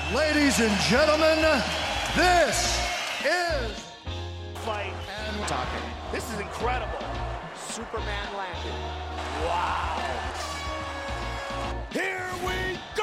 Ladies and gentlemen, this is fight and talking. This is incredible. Superman landed. Wow. Here we go.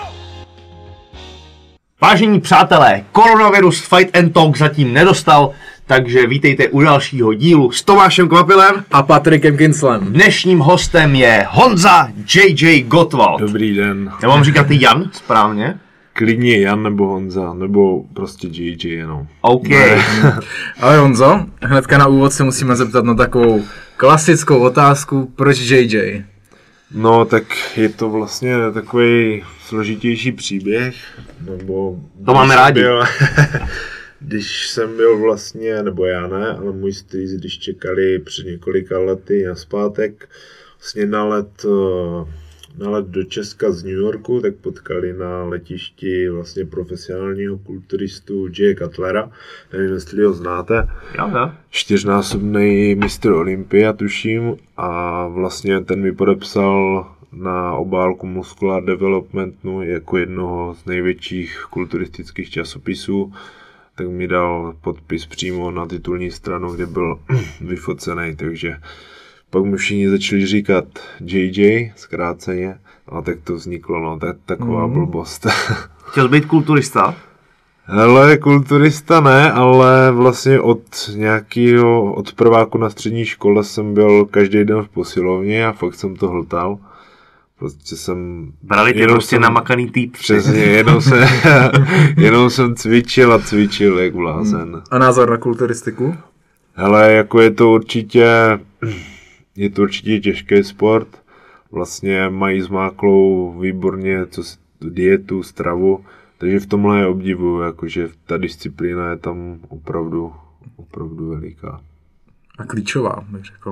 Vážení přátelé, koronavirus Fight and Talk zatím nedostal, takže vítejte u dalšího dílu s Tomášem Kvapilem a Patrikem Kinslem. Dnešním hostem je Honza JJ Gottwald. Dobrý den. Já mám říkat ty Jan správně? Klidně Jan nebo Honza, nebo prostě JJ jenom. OK. Ale Honzo, hnedka na úvod se musíme zeptat na takovou klasickou otázku, proč JJ? No tak je to vlastně takový složitější příběh, nebo... To máme rádi. Když jsem byl vlastně, nebo já ne, ale můj strýc, když čekali před několika lety na zpátek vlastně na let do Česka z New Yorku, tak potkali na letišti vlastně profesionálního kulturistu Jaya Cutlera. Nevím, jestli ho znáte. Jo. 4násobný mistr Olympia, tuším, a vlastně ten mi podepsal na obálku Muscular Developmentu jako jednoho z největších kulturistických časopisů, tak mi dal podpis přímo na titulní stranu, kde byl vyfocený, takže pak mi všichni začali říkat JJ, zkráceně, a tak to vzniklo, no, taková blbost. Chtěl být kulturista? Hele, kulturista ne, ale vlastně od prváku na střední škole jsem byl každý den v posilovně a fakt jsem to hltal. Prostě jsem... Brali tě prostě namakaný týp. Přesně, jenom jsem cvičil jak blázen. A názor na kulturistiku? Hele, jako je to určitě těžký sport. Vlastně mají zmáklou výborně dietu, stravu, takže v tomhle je obdivuju, jakože ta disciplína je tam opravdu veliká. A klíčová, bych řekl.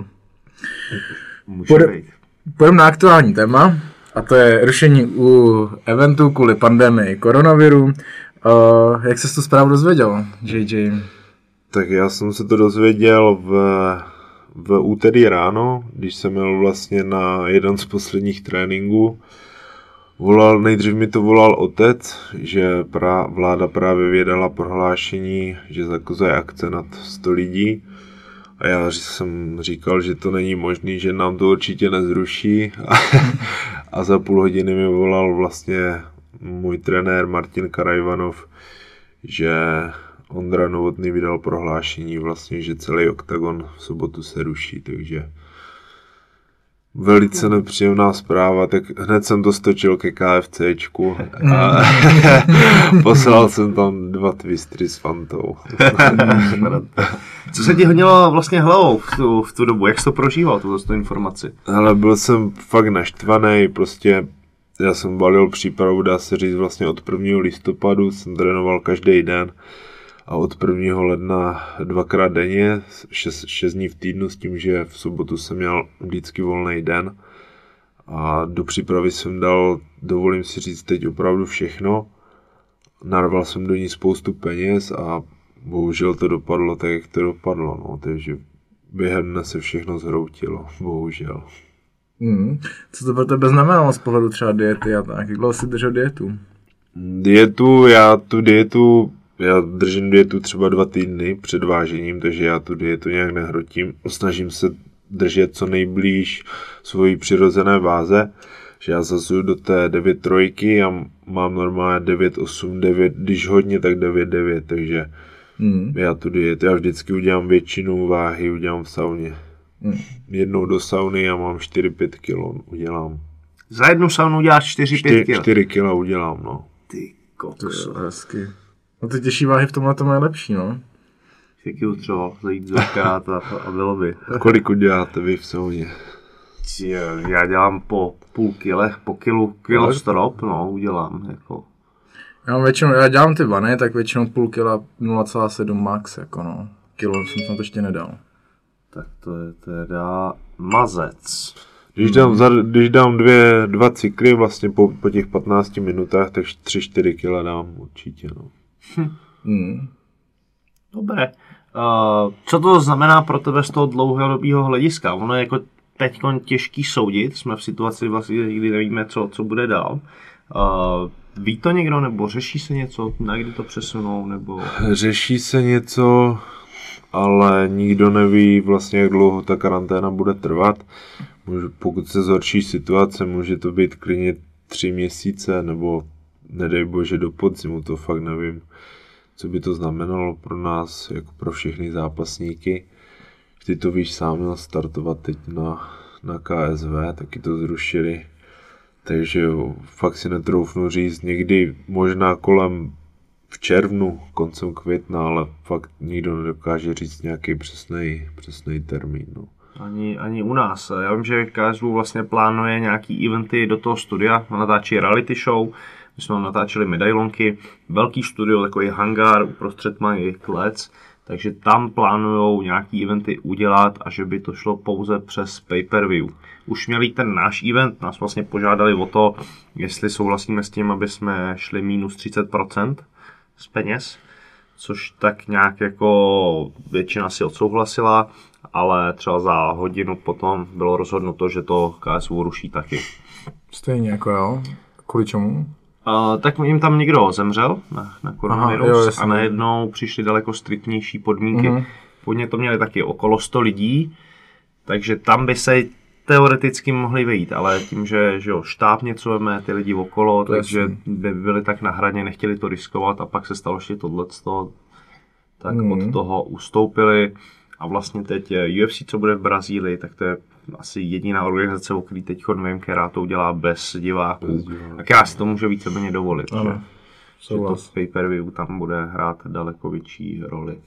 Půjdeme na aktuální téma, a to je rušení u eventu kvůli pandemii koronaviru. Jak ses tu zprávu dozvěděl, JJ? Tak já jsem se to dozvěděl v úterý ráno, když jsem měl vlastně na jeden z posledních tréninků. Nejdřív mi to volal otec, že vláda právě vydala prohlášení, že zakazuje akce nad 100 lidí. A já jsem říkal, že to není možný, že nám to určitě nezruší. A za půl hodiny mi volal vlastně můj trenér Martin Karajvanov, že Ondra Novotný vydal prohlášení vlastně, že celý oktagon v sobotu se ruší, takže velice nepříjemná zpráva, tak hned jsem to stočil ke KFCčku a poslal jsem tam 2 twistry s Fantou. Co se ti honilo vlastně hlavou v tu dobu? Jak jsi to prožíval, tuto informaci? Ale byl jsem fakt naštvaný, prostě já jsem balil přípravu, dá se říct, vlastně od 1. listopadu, jsem trénoval každý den a od 1. ledna 2krát denně, 6 dní v týdnu, s tím, že v sobotu jsem měl vždycky volný den a do přípravy jsem dal, dovolím si říct, teď opravdu všechno. Narval jsem do ní spoustu peněz a bohužel to dopadlo tak, jak to dopadlo, no, takže během dne se všechno zhroutilo, bohužel. Co to pro tebe znamenalo z pohledu třeba diety a tak? Jak dlouho jsi držel dietu? Já držím dietu třeba 2 týdny před vážením, takže já tu dietu nějak nehrotím. Snažím se držet co nejblíž svojí přirozené váze, že já zazuju do té 9,3 a mám normálně 9,8, 9, když hodně, tak 9,9, takže já tu dietu, já vždycky udělám většinu váhy, udělám v sauně. Jednou do sauny a mám 4-5 kg, udělám. Za jednu saunu uděláš 4-5 kg? 4 kg udělám, no. Ty kokos. To je hezky. No ty těžší váhy v tomhle tomu je lepší, no. 4 kg třeba zajít dvakrát a bylo by. Kolik uděláte vy v sauně? Já dělám po půl kile, po kilo strop, no, udělám, jako. Já dělám ty vany, tak většinou půl kila 0,7 max, jako no. Kilo jsem tam to ještě nedal. Tak to je teda mazec. Když dám 2 cykly vlastně po těch 15 minutách, tak 3-4 kg dám určitě, no. Dobré. Co to znamená pro tebe z toho dlouhodobého hlediska? Ono je jako teďkon těžký soudit, jsme v situaci vlastně, kdy nevíme, co bude dál. ví to někdo, nebo řeší se něco, na kdy to přesunou, nebo... Řeší se něco, ale nikdo neví vlastně, jak dlouho ta karanténa bude trvat. Pokud se zhorší situace, může to být klidně 3 měsíce, nebo nedej bože do podzimu, to fakt nevím, co by to znamenalo pro nás, jako pro všechny zápasníky. Ty to víš sám, měl startovat teď na KSV, taky to zrušili. Takže jo, fakt si netroufnu říct, někdy možná kolem v červnu, koncem května, ale fakt nikdo nedokáže říct nějaký přesný termín. No. Ani u nás. Já vím, že KSV vlastně plánuje nějaký eventy do toho studia, natáčí reality show, my jsme natáčeli medailonky, velký studio, takový hangár, uprostřed mají klec, takže tam plánujou nějaký eventy udělat a že by to šlo pouze přes pay-per-view. Už měli ten náš event, nás vlastně požádali o to, jestli souhlasíme s tím, aby jsme šli minus 30% z peněz, což tak nějak jako většina si odsouhlasila, ale třeba za hodinu potom bylo rozhodnuto, že to KSV ruší taky. Stejně jako jo. Kvůli čemu? Tak jim tam někdo zemřel na koronavirus. Aha, a najednou přišly daleko striktnější podmínky. Původně to měli taky okolo 100 lidí, takže tam by se teoreticky mohli vejít, ale tím, že jo, štáb něco veme, ty lidi okolo, takže by byli tak na hraně, nechtěli to riskovat a pak se stalo ještě tohleto, tak od toho ustoupili. A vlastně teď UFC, co bude v Brazílii, tak to je asi jediná organizace, o který teď vím, která to udělá bez diváků. A která si to může víceméně dovolit, že to pay-per-view tam bude hrát daleko větší roli.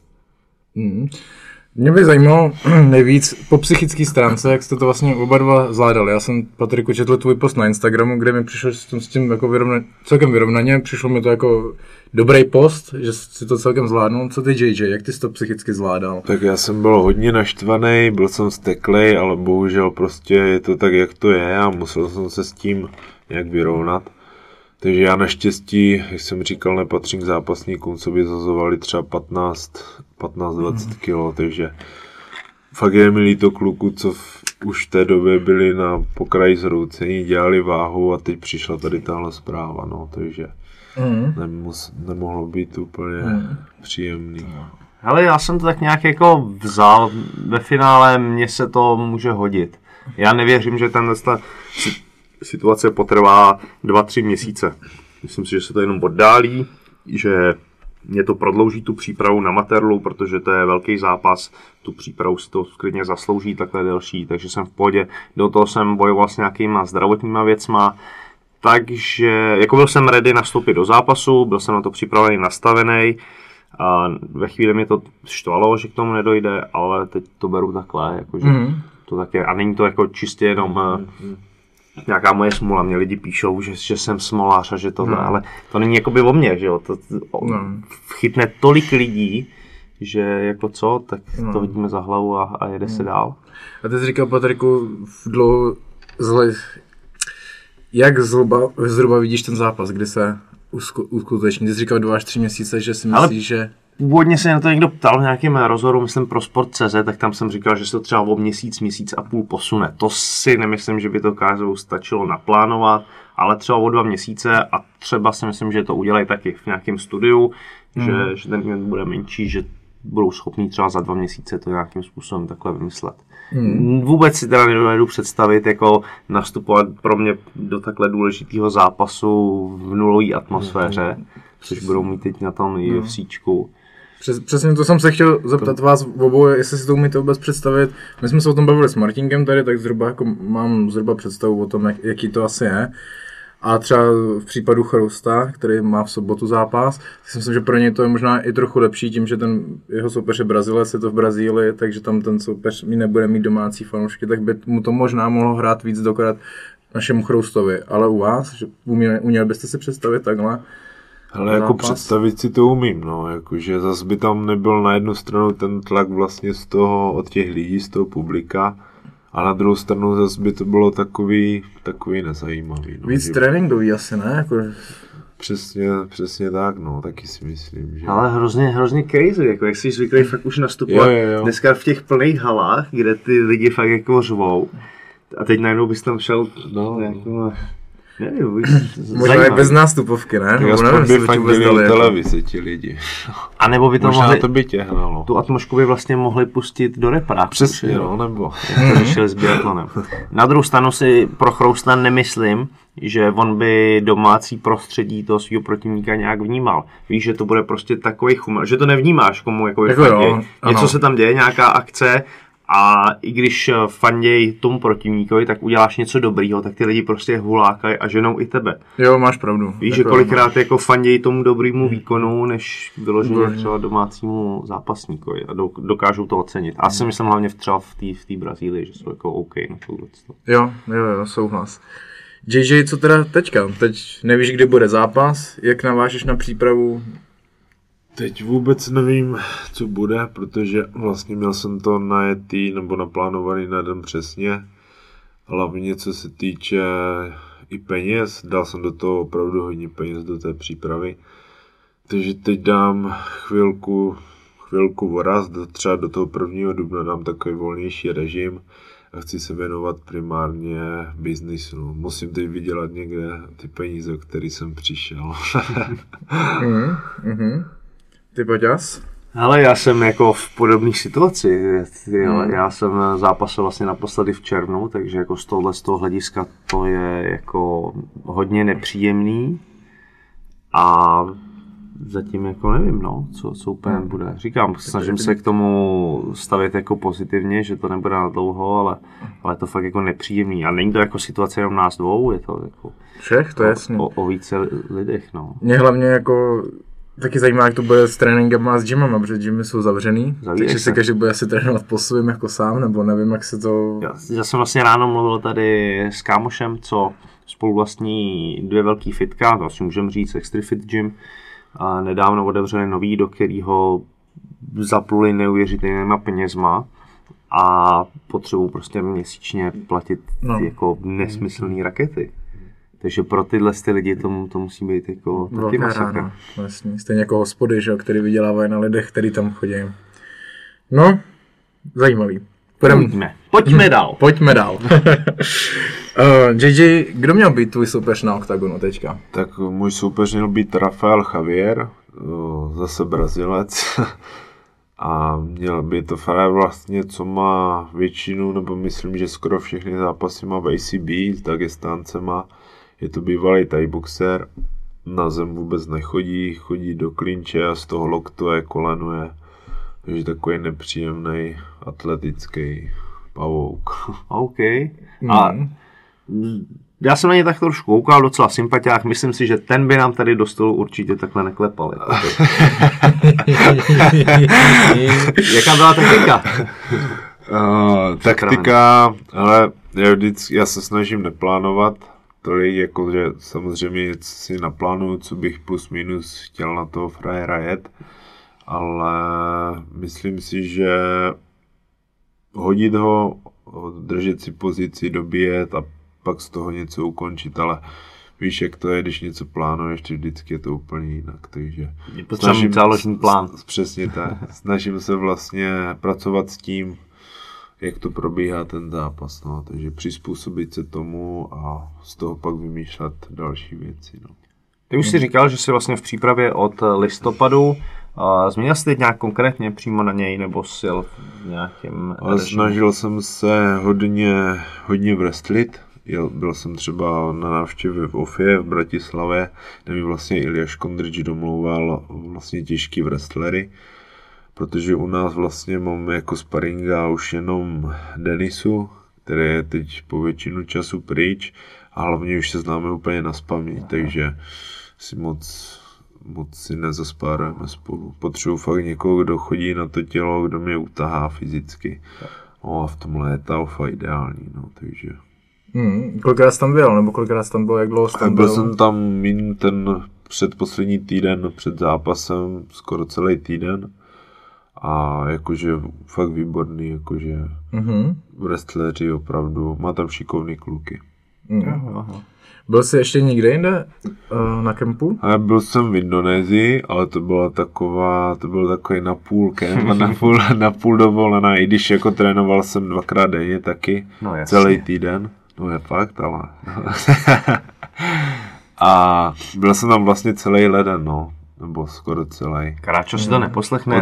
Mě by zajímalo nejvíc po psychické stránce, jak jste to vlastně oba dva zvládali. Já jsem, Patriku, četl tvůj post na Instagramu, kde mi přišlo s tím jako celkem vyrovnaně. Přišlo mi to jako dobrý post, že si to celkem zvládnul. Co ty, JJ, jak ty jsi to psychicky zvládal? Tak já jsem byl hodně naštvaný, byl jsem steklej, ale bohužel prostě je to tak, jak to je a musel jsem se s tím nějak vyrovnat. Takže já naštěstí, jak jsem říkal, nepatřím k zápasníkům, co by zazovali třeba 15-20 kg, takže fakt je mi líto kluků, co už v té době byli na pokraji zhroucení, dělali váhu a teď přišla tady tahle zpráva, no, takže nemohlo být úplně příjemný. Hele, já jsem to tak nějak jako vzal, ve finále mně se to může hodit. Já nevěřím, že tenhle situace potrvá 2-3 měsíce. Myslím si, že se to jenom oddálí, že mě to prodlouží tu přípravu na Materlu, protože to je velký zápas, tu přípravu si to klidně zaslouží takhle delší, takže jsem v pohodě. Do toho jsem bojoval s nějakýma zdravotníma věcma, takže jako byl jsem ready nastoupit do zápasu, byl jsem na to připravený, nastavený. A ve chvíli mě to štvalo, že k tomu nedojde, ale teď to beru takhle, jakože to tak je. A není to jako čistě jenom nějaká moje smůla. Mě lidi píšou, že jsem smolář a že tohle, ale to není jakoby o mně, že jo. Chytne tolik lidí, že jako co, tak to hodíme za hlavu a jede se dál. A ty jsi říkal, Patriku, jak zhruba vidíš ten zápas, kdy se uskuteční? Ty jsi říkal 2 až 3 měsíce, že si myslíš, že... Původně se na to někdo ptal v nějakém rozhovoru, myslím pro Sport.cz, tak tam jsem říkal, že se to třeba o měsíc a půl posune. To si nemyslím, že by to KSV stačilo naplánovat, ale třeba o 2 měsíce a třeba si myslím, že to udělají taky v nějakém studiu, že ten event bude menší, že budou schopní třeba za 2 měsíce to nějakým způsobem takhle vymyslet. Vůbec si teda nedovedu představit, jako nastupovat pro mě do takhle důležitého zápasu v nulové atmosféře, což budou mít teď na tom UFCčku. Přesně to jsem se chtěl zeptat vás obou, jestli si to umíte vůbec představit. My jsme se o tom bavili s Martinkem tady, tak zhruba jako mám představu o tom, jaký to asi je. A třeba v případu Chrousta, který má v sobotu zápas, tak si myslím, že pro něj to je možná i trochu lepší tím, že ten jeho soupeř je Brazilec, je to v Brazílii, takže tam ten soupeř mi nebude mít domácí fanoušky, tak by mu to možná mohlo hrát víc dokrát našemu Chroustovi. Ale u vás, že uměl byste si představit takhle? Ale jako představit si to umím, no, jakože zase by tam nebyl na jednu stranu ten tlak vlastně od těch lidí, z toho publika, a na druhou stranu zase by to bylo takový nezajímavý. No, víc tréninkový asi, ne? Jako... Přesně tak, no, taky si myslím, že... Ale hrozně crazy, jako jak jsi zvyklý fakt už nastupovat dneska v těch plných halách, kde ty lidi fakt jako řvou, a teď najednou bys tam šel, no, jako... Nevím, Možná i bez nástupovky, ne? Tak Nebo aspoň nevím, by jestli by vůbec fandili u dali, jako. televize ti lidi. a nebo by to Možná mohli, to by tě hnalo. tu atmošku by vlastně mohli pustit do repráku. Přesně, no, nebo. Jak to řešili s biatlonem. Na druhou stranu si pro Chroustna nemyslím, že on by domácí prostředí toho svého protivníka nějak vnímal. Víš, že to bude prostě takový chumel, že to nevnímáš, komu jako jo, něco ano. se tam děje, nějaká akce a i když fanděj tomu protivníkovi, tak uděláš něco dobrýho, tak ty lidi prostě hulákají a ženou i tebe. Jo, máš pravdu. Víš, že Jako, kolikrát jako fandějí tomu dobrýmu výkonu, než vyloženě třeba domácímu zápasníkovi a dokážou to ocenit. A si myslím hlavně třeba v té Brazílii, že jsou jako OK na tohle. Jo, souhlas. JJ, co teda teďka? Teď nevíš, kdy bude zápas, jak navážeš na přípravu? Teď vůbec nevím, co bude, protože vlastně měl jsem to najetý nebo naplánovaný na den přesně. Hlavně co se týče i peněz, dal jsem do toho opravdu hodně peněz do té přípravy. Takže teď dám chvilku voraz, třeba do toho 1. dubna dám takový volnější režim a chci se věnovat primárně biznisu. Musím teď vydělat někde ty peníze, o které jsem přišel. Ty Paťas? Ale já jsem jako v podobné situaci. Já jsem zápasil vlastně naposledy v červnu, takže jako z toho hlediska to je jako hodně nepříjemný a zatím jako nevím, no, co úplně bude. Říkám, snažím se k tomu stavět jako pozitivně, že to nebude na dlouho, ale to fakt jako nepříjemný. A není to jako situace jenom nás dvou, je to jako Všech, to je jasně. O více lidech, no. Mě hlavně jako taky zajímá, jak to bude s tréninkem a s gymama, protože gymy jsou zavřený, takže se každý bude asi trénovat po svým jako sám, nebo nevím, jak se to... Já jsem vlastně ráno mluvil tady s kámošem, co spolu vlastní 2 velký fitka, to si můžeme říct Extra Fit Gym, a nedávno otevřeli nový, do kterého zapluli neuvěřitelnýma penězma a potřebují prostě měsíčně platit jako nesmyslný rakety. Takže pro tyhle lidi to musí být jako taky masakr. Vlastně. Stejně jako hospody, že, který vydělávají na lidech, který tam chodí. No, zajímavý. Pojďme dál. Pojďme dál. JJ, kdo měl být tvůj soupeř na OKTAGONu teďka? Tak můj soupeř měl být Rafael Javier, zase Brazilec. A měl by to Ferrer vlastně, co má většinu, nebo myslím, že skoro všechny zápasy má v ACB s Dagestáncema. Je to bývalý thaiboxer, na zem vůbec nechodí, chodí do klinče a z toho loktuje, kolenuje. Takže takový nepříjemný atletický pavouk. OK. A já jsem na ně tak trošku koukal, docela sympatiák. Myslím si, že ten by nám tady do stolu určitě takhle neklepal. Jaká byla taktika? Taktika, ale já se snažím neplánovat tolik, jakože samozřejmě si naplánuju, co bych plus minus chtěl na toho frajera jet, ale myslím si, že hodit ho, držet si pozici, dobíjet a pak z toho něco ukončit, ale víš, jak to je, když něco plánuješ, vždycky je to úplně jinak, takže snažím záložní plán. Přesně tak. Snažím se vlastně pracovat s tím, jak to probíhá ten zápas, no, takže přizpůsobit se tomu a z toho pak vymýšlet další věci, no. Ty už jsi říkal, že jsi vlastně v přípravě od listopadu. Změnil jsi teď nějak konkrétně přímo na něj, nebo jsi v nějakém... Ale snažil jsem se hodně wrestlit. Byl jsem třeba na návštěvě v OFIE v Bratislavě, kde mi vlastně Ilja Škondrič domlouval vlastně těžký wrestlery, protože u nás vlastně máme jako sparinga už jenom Denisu, který je teď po většinu času pryč a hlavně už se známe úplně naspaměť, takže si moc si nezaspárujeme spolu. Potřebuji fakt někoho, kdo chodí na to tělo, kdo mě utahá fyzicky. No a v tomhle je ta OFA ideální, no, takže... Kolikrát jsi tam byl, nebo kolikrát jsi tam byl, jak dlouho jsi tam byl? Byl jsem tam ten předposlední týden před zápasem, skoro celý týden. A jakože fakt výborný, jakože wrestleri opravdu, má tam šikovný kluky. Byl jsi ještě někde jinde na kempu? A byl jsem v Indonésii, ale to byl takový na půl kemp, na půl dovolená, i když jako trénoval jsem 2x denně taky, celý týden. No je fakt, ale... A byl jsem tam vlastně celý leden, no. Nebo skoro celý. Kráčo si to neposlechne.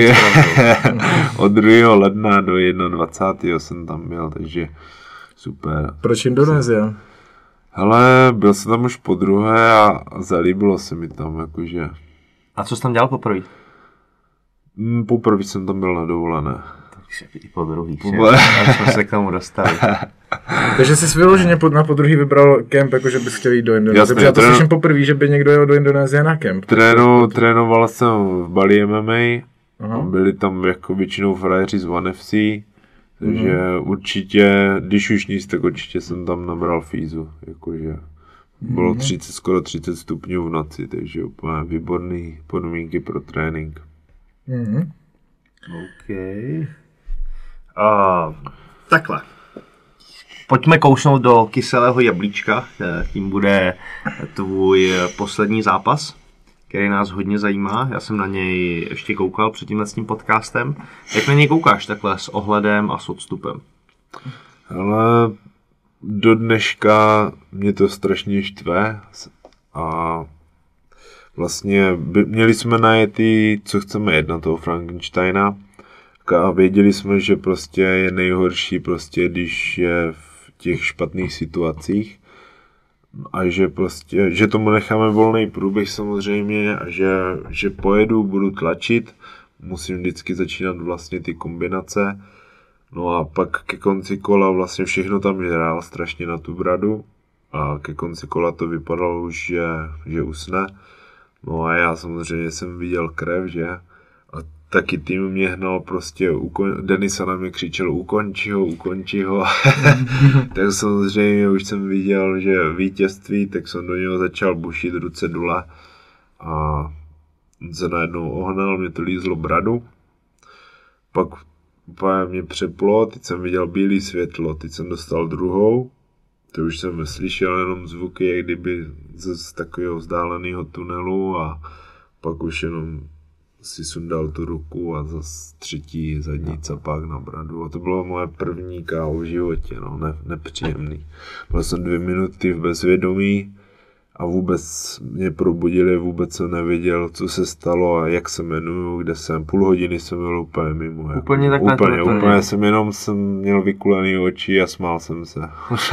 Od 2. ledna do 21. jsem tam byl, takže super. Proč Indonésie? Hele, byl jsem tam už po druhé a zalíbilo se mi tam, jakože... A co jsi tam dělal poprvé? Poprvé jsem tam byl na dovolené. Takže i po druhý, až jsme se k tomu dostali. Takže jsi vyloženě na podruhý vybral kemp, jakože bys chtěl jít do Indonésie. Protože já to slyším poprvé, že by někdo jel do Indonésie na kemp. Trénoval jsem v Bali MMA. Byli tam jako většinou frajeři z One FC. Takže určitě, když už nic, tak určitě jsem tam nabral fízu. Jakože bylo skoro 30 stupňů v noci, takže úplně výborný podmínky pro trénink. OK. Takhle. Pojďme kousnout do kyselého jablíčka. Tím bude tvůj poslední zápas, který nás hodně zajímá. Já jsem na něj ještě koukal před tímhle podcastem. Jak na něj koukáš takhle s ohledem a s odstupem? Ale do dneška mě to strašně štve a vlastně měli jsme najetý, co chceme jet na toho Frankensteina a věděli jsme, že prostě je nejhorší prostě, když je v těch špatných situacích a že prostě, že tomu necháme volný průběh samozřejmě a že pojedu, budu tlačit, musím vždycky začínat vlastně ty kombinace, no a pak ke konci kola vlastně všechno tam hrál strašně na tu bradu a ke konci kola to vypadalo už, že usne. No a já samozřejmě jsem viděl krev, že? A taky tým mě hnal prostě, Denisa na mě křičel ukonči ho. Tak samozřejmě už jsem viděl, že vítězství, tak jsem do něho začal bušit ruce dole a se najednou ohnal, mě to lízlo bradu. Pak úplně mě přeplo, teď jsem viděl bílé světlo, teď jsem dostal druhou. To už jsem slyšel jenom zvuky, jak kdyby z takového vzdáleného tunelu a pak už jenom si sundal tu ruku a zase třetí zadní capák na bradu. A to bylo moje první KO v životě, no, nepříjemný. Byl jsem 2 minuty v bezvědomí a vůbec mě probudili, vůbec jsem nevěděl, co se stalo a jak se jmenuju, kde jsem. Půl hodiny jsem byl úplně mimo. Úplně jsem měl vykulený oči a smál jsem se.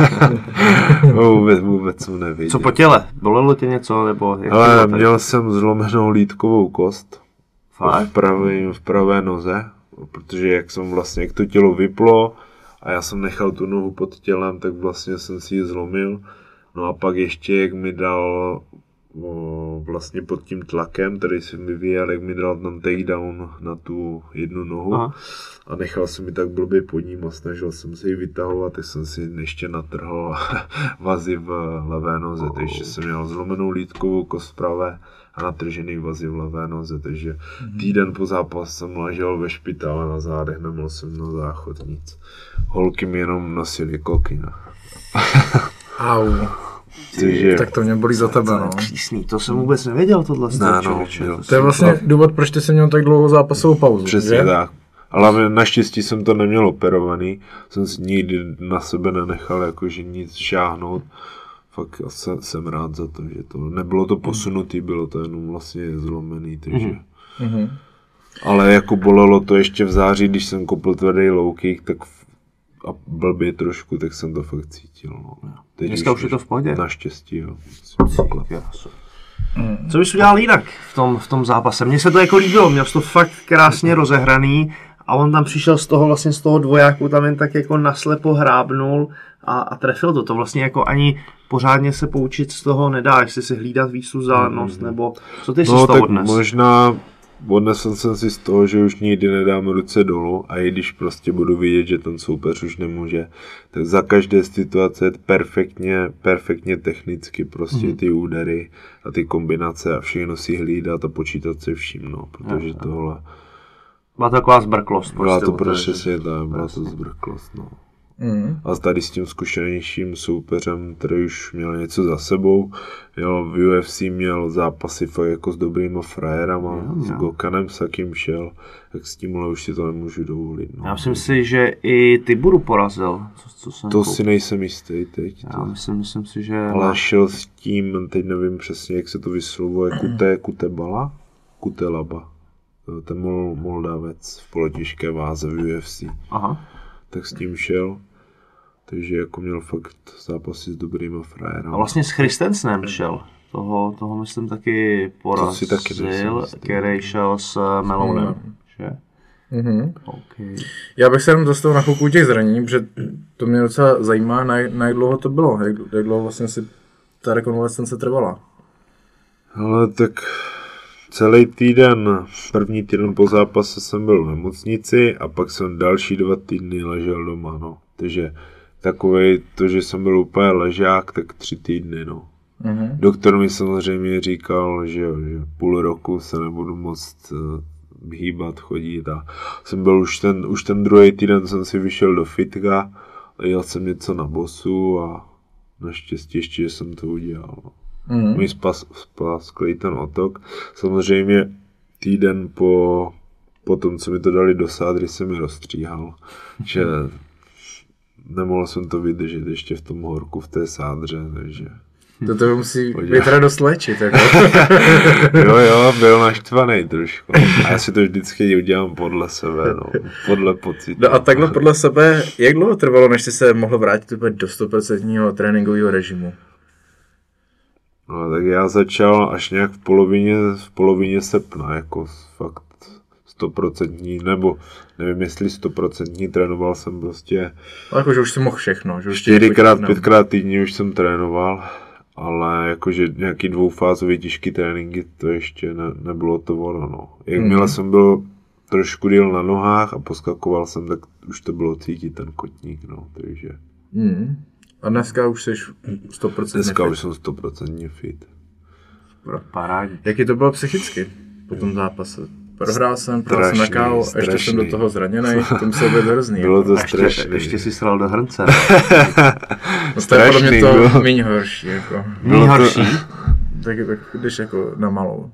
vůbec jsem nevěděl. Co po těle? Bolelo tě něco? Nebo ale měl jsem zlomenou lýtkovou kost. V pravé noze, protože jak to tělo vyplo a já jsem nechal tu nohu pod tělem, tak vlastně jsem si ji zlomil. No a pak ještě, jak mi dal vlastně pod tím tlakem, který jsem vyvíjel, jak mi dal tam takedown na tu jednu nohu. Aha. A nechal jsem mi tak blbě pod ním a snažil jsem se ji vytahovat, tak jsem si ještě natrhl vazy v levé noze, takže jsem měl zlomenou lýtkovou kost pravé a natržený vazy v levé noze, takže týden po zápasu jsem ležel ve špitále na zádech, nemohl jsem na záchod nic. Holky mi jenom nosily koky. Au. Tak to mě bolí za tebe, no. Přísný, to jsem vůbec nevěděl tohle. To je vlastně důvod, proč ty jsi měl tak dlouho zápasovou pauzu. Přesně tak. Ale naštěstí jsem to neměl operovaný, jsem si nikdy na sebe nenechal jakože nic šáhnout. Fakt jsem rád za to, že to nebylo to posunutý, bylo to jenom vlastně zlomený, takže. Ale jako bolelo to ještě v září, když jsem kopl tvrdý low kick, tak a blbě trošku, tak jsem to fakt cítil. No. Dneska už je to v pohodě? Naštěstí, jo. Co bys udělal jinak v tom zápase? Mně se to jako líbilo, měl jsi to fakt krásně rozehraný a on tam přišel z toho dvojáku, tam jen tak jako naslepo hrábnul a trefil to. To vlastně jako ani pořádně se poučit z toho nedá, jestli si hlídat víc tu vzdálenost, nebo co ty si z toho odnes? Možná odnesl jsem si z toho, že už nikdy nedám ruce dolů a i když prostě budu vidět, že ten soupeř už nemůže, tak za každé situace perfektně technicky prostě ty údery a ty kombinace a všechno si hlídat a počítat se vším, no, protože tohle... Byla to taková zbrklost. Byla to prostě zbrklost, no. A tady s tím zkušenějším soupeřem, který už měl něco za sebou, v UFC měl zápasy fakt jako s dobrýma frajerama, s Gokanem, s jakým šel, tak s tímhle už si to nemůžu dovolit. No. Já myslím si, že i Tiburu porazil. Co jsem to si nejsem jistý teď. Já myslím si, že... Ale šel s tím, teď nevím přesně, jak se to vyslovuje, Kutelaba. Ten Moldavec v polotěžké váze v UFC. Aha. Tak s tím šel. Takže jako měl fakt zápasy s dobrýma frajerama. A vlastně s Christensenem šel. Toho myslím taky porazil, který šel s Melounem. Že? Okay. Já bych se jenom dostal na chvilku těch zranění, protože to mě docela zajímá, na jak dlouho to bylo, jak dlouho vlastně si ta rekonvalescence trvala. Ale tak celý týden, první týden po zápase jsem byl v nemocnici a pak jsem další 2 týdny ležel doma, no. Takže takovej to, že jsem byl úplně ležák, tak 3 týdny, no. Doktor mi samozřejmě říkal, že půl roku se nebudu moct hýbat, chodit a jsem byl už ten druhý týden jsem si vyšel do fitka, jel jsem něco na bosu a naštěstí ještě, že jsem to udělal. Mi spásklý ten otok. Samozřejmě týden po tom, co mi to dali do sádry, se mi rozstříhal, že nemohl jsem to vydržet ještě v tom horku, v té sádře, takže... To musí být teda dost léčit, jako. jo, byl naštvaný trošku. A já si to vždycky udělám podle sebe, no, podle pocitu. No a takhle podle sebe, jak dlouho trvalo, než jsi se mohl vrátit úplně do 100% tréninkového režimu? No tak já začal až nějak v polovině srpna, jako fakt 100%, nebo nevím, jestli 100%, trénoval jsem prostě... Ale jakože už si mohl všechno. 4x, 5x týdně už jsem trénoval, ale jakože nějaký 2fázový těžký tréninky, to ještě nebylo to ono, no. Jakmile jsem byl trošku díl na nohách a poskakoval jsem, tak už to bylo cítit ten kotník, no, takže... A dneska už jsi 100% Dneska už jsem 100% fit. Parádní. Jaký to bylo psychicky po tom zápase? Prohrál jsem na kávu, ještě jsem do toho zraněnej, to muselo být hrozný. Bylo to strašný. Ještě si sral do hrnce. No to je podle mě to méně horší. Jako. Méně horší? Tak když jako na malou.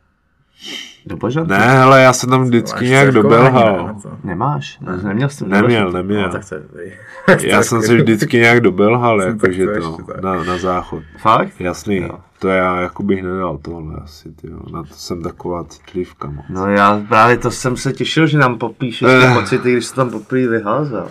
Ne, ale já jsem tam vždycky nějak dobelhal. Nemáš? Neměl jsi to? Neměl. No, tak to je já jsem si vždycky nějak dobelhal, jakože to, na záchod. Fakt? Jasný, jo. To já jako bych nedal tohle asi, tyjo. Na to jsem taková citlivka moc. No já právě to jsem se těšil, že nám popíšeš ty pocity, když jsi tam poprvé vyházel.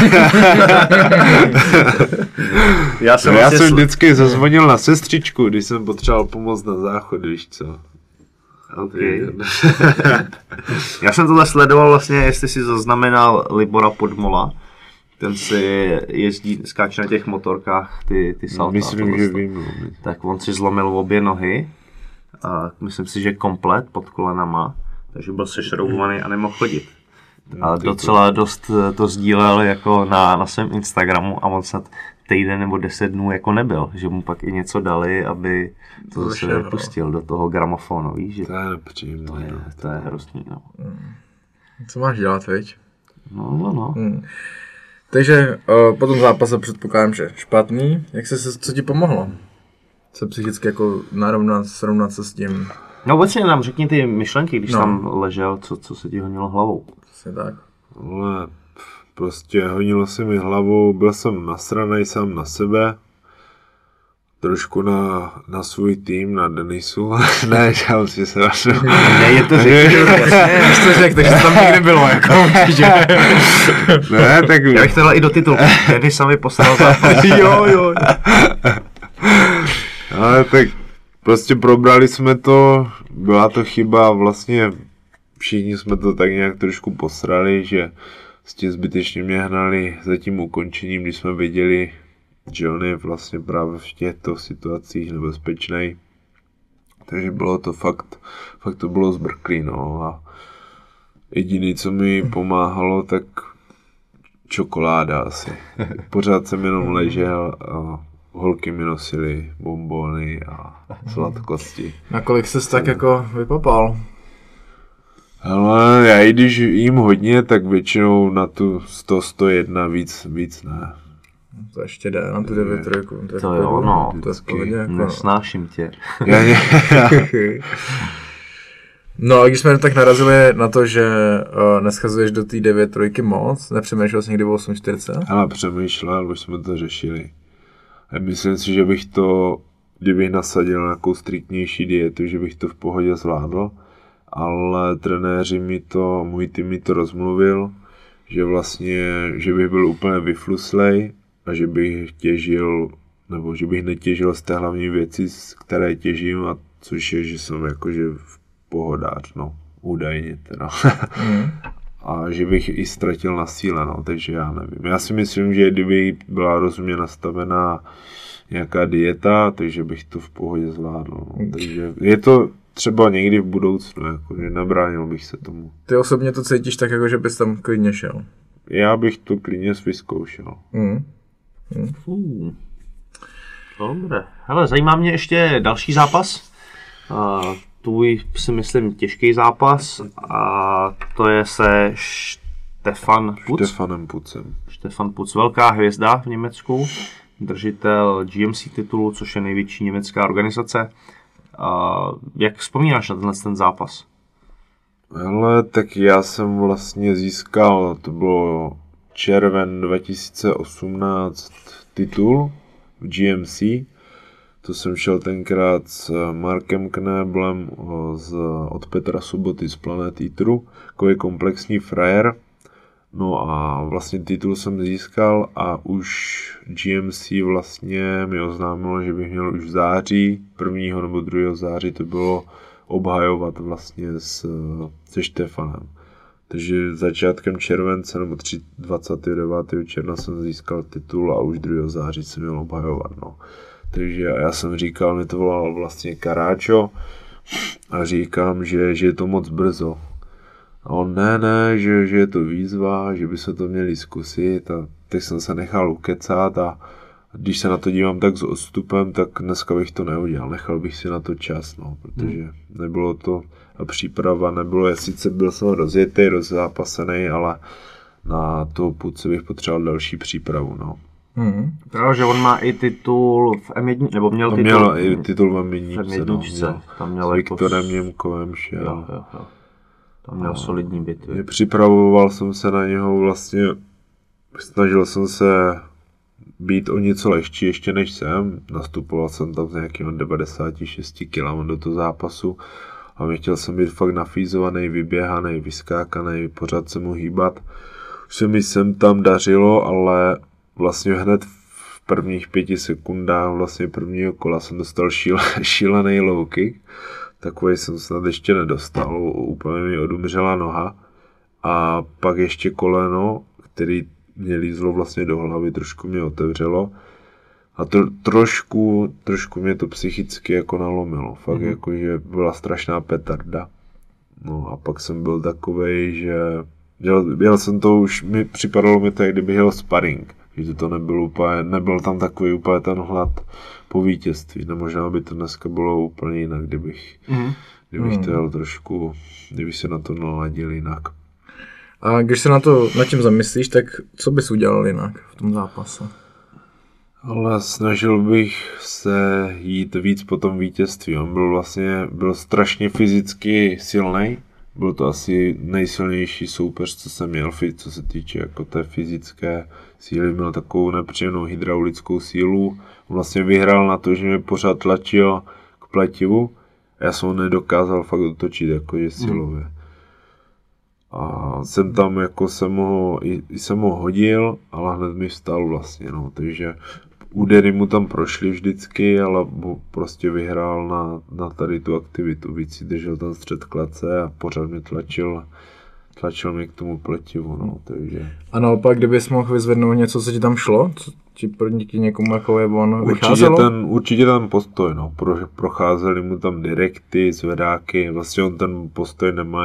Já jsem vždycky zazvonil na sestřičku, když jsem potřeboval pomoct na záchod, víš co. Okay. Já jsem tohle sledoval vlastně, jestli si zaznamenal Libora Podmola. Ten si jezdí, skáče na těch motorkách, ty salta. Myslím, že vím. Tak on si zlomil obě nohy. A myslím si, že komplet pod kolenama. Takže byl sešroubovaný a nemohl chodit. A docela dost to sdílel jako na svém Instagramu a on snad týden nebo 10 dnů jako nebyl, že mu pak i něco dali, aby to zase nepustil do toho gramofonu, víš, že to je nepříjemné. To je hrozný, no. Co máš dělat, veď? No. Takže po tom zápase předpokládám, že špatný. Co ti pomohlo? Se psychicky jako srovnat se s tím? No obecně nám řekni ty myšlenky, když tam ležel, co se ti honilo hlavou. Přesně tak. Ale prostě honilo se mi hlavou, byl jsem nasranej sám na sebe, trošku na svůj tým, na Denisu. Ne, já si se vašu. Ne, je to řekl, takže to tam nikdy bylo, jako určitě. Ne, tak... Já bych to dal i do titulku. Denis mi poslal zápas. Jo. Ale tak prostě probrali jsme to, byla to chyba, vlastně všichni jsme to tak nějak trošku posrali, že s tím zbytečně mě hnali za tím ukončením, když jsme viděli, že on je vlastně právě v těchto situacích nebezpečný. Takže bylo to fakt to bylo zbrklý, no. A jediný, co mi pomáhalo, tak čokoláda asi. Pořád jsem jenom ležel a holky mi nosily bonbony a sladkosti. Nakolik ses tak jako vypapal? Ale já i když jím hodně, tak většinou na tu 101 víc ne. To ještě jde na tu 9-3. To jo, no, to je v pohodě, jako, nesnáším tě. No a když jsme tak narazili na to, že neschazuješ do té 9-3 moc, nepřemýšlel jsi někdy o 8-4? Ale přemýšlel, už jsme to řešili. A myslím si, že bych to, kdybych nasadil nějakou striktnější dietu, že bych to v pohodě zvládl, ale trenéři můj tým mi to rozmluvil, že vlastně, že bych byl úplně vyfluslej a že bych těžil, nebo že bych netěžil z té hlavní věci, z které těžím, a což je, že jsem jakože v pohodář, no, údajně teda. A že bych i ztratil na síle, no, takže já nevím. Já si myslím, že kdyby byla rozumně nastavená nějaká dieta, takže bych to v pohodě zvládl, no. Takže je to třeba někdy v budoucnu, jakože nebránil bych se tomu. Ty osobně to cítíš tak, jako že bys tam klidně šel? Já bych to klidně vyzkoušel. Dobré. Hele, zajímá mě ještě další zápas. Tvůj, si myslím, těžký zápas, a to je se Štefanem Putzem. Štefan Putz, velká hvězda v Německu, držitel GMC titulu, což je největší německá organizace. Jak vzpomínáš na ten zápas? Ale tak já jsem vlastně získal, to bylo červen 2018, titul v GMC. To jsem šel tenkrát s Markem Kneblem od Petra Soboty z Planet Eateru, takový komplexní frajer. No a vlastně titul jsem získal a už GMC vlastně mi oznámilo, že bych měl už v září, 1. nebo 2. září to bylo obhajovat vlastně se Štefanem. Takže začátkem července nebo 29. června jsem získal titul a už 2. září jsem měl obhajovat, no. Takže já jsem říkal, mi to volal vlastně Karáčo a říkám, že je to moc brzo. A on ne, že je to výzva, že by se to měli zkusit, a teď jsem se nechal ukecat, a když se na to dívám tak s odstupem, tak dneska bych to neudělal, nechal bych si na to čas, no, protože nebylo to, a příprava nebylo, sice byl jsem rozjetý, rozzápasený, ale na toho Putce bych potřeboval další přípravu, no. Takže on má i titul v M1, nebo měl titul? Měl i titul v M1, no. Tam měl s Viktorem Němkovem šel. Jo. Tam měl solidní bitvy. Připravoval jsem se na něho vlastně, snažil jsem se být o něco lehčí ještě než jsem. Nastupoval jsem tam z nějakého 96 kg do toho zápasu a chtěl jsem být fakt nafízovaný, vyběhaný, vyskákaný, pořád se mu hýbat. Už se mi sem tam dařilo, ale vlastně hned v prvních 5 sekundách vlastně prvního kola jsem dostal šílený low kick. Takový jsem snad ještě nedostal, úplně mi odumřela noha. A pak ještě koleno, který mě lízlo vlastně do hlavy, trošku mě otevřelo. A trošku mě to psychicky jako nalomilo. Fakt jako, že byla strašná petarda. No a pak jsem byl takovej, že jel jsem to už, připadalo mi to, jak kdyby jel sparring. Že to nebyl tam takový úplně ten hlad po vítězství. No možná by to dneska bylo úplně jinak, kdybych to jel trošku, kdyby se na to naladil jinak. A když se nad tím zamyslíš, tak co bys udělal jinak v tom zápase? Ale snažil bych se jít víc po tom vítězství. On byl strašně fyzicky silný. Byl to asi nejsilnější soupeř, co jsem měl, co se týče jako té fyzické síly. Měl takovou nepříjemnou hydraulickou sílu. On vlastně vyhrál na to, že mě pořád tlačil k pletivu. Já jsem ho nedokázal fakt otočit jakože silově. A jsem tam jako jsem ho hodil, ale hned mi vstal vlastně, no. Takže údery mu tam prošly vždycky, ale prostě vyhrál na tady tu aktivitu. Víc si držel ten střed klece a pořád mě tlačil mě k tomu pletivu, no, takže. A naopak, kdybys mohl vyzvednout něco, co ti tam šlo? Co ti proti někomu, jako je on, vycházelo? Určitě ten postoj, no. Procházely mu tam direkty, zvedáky, vlastně on ten postoj nemá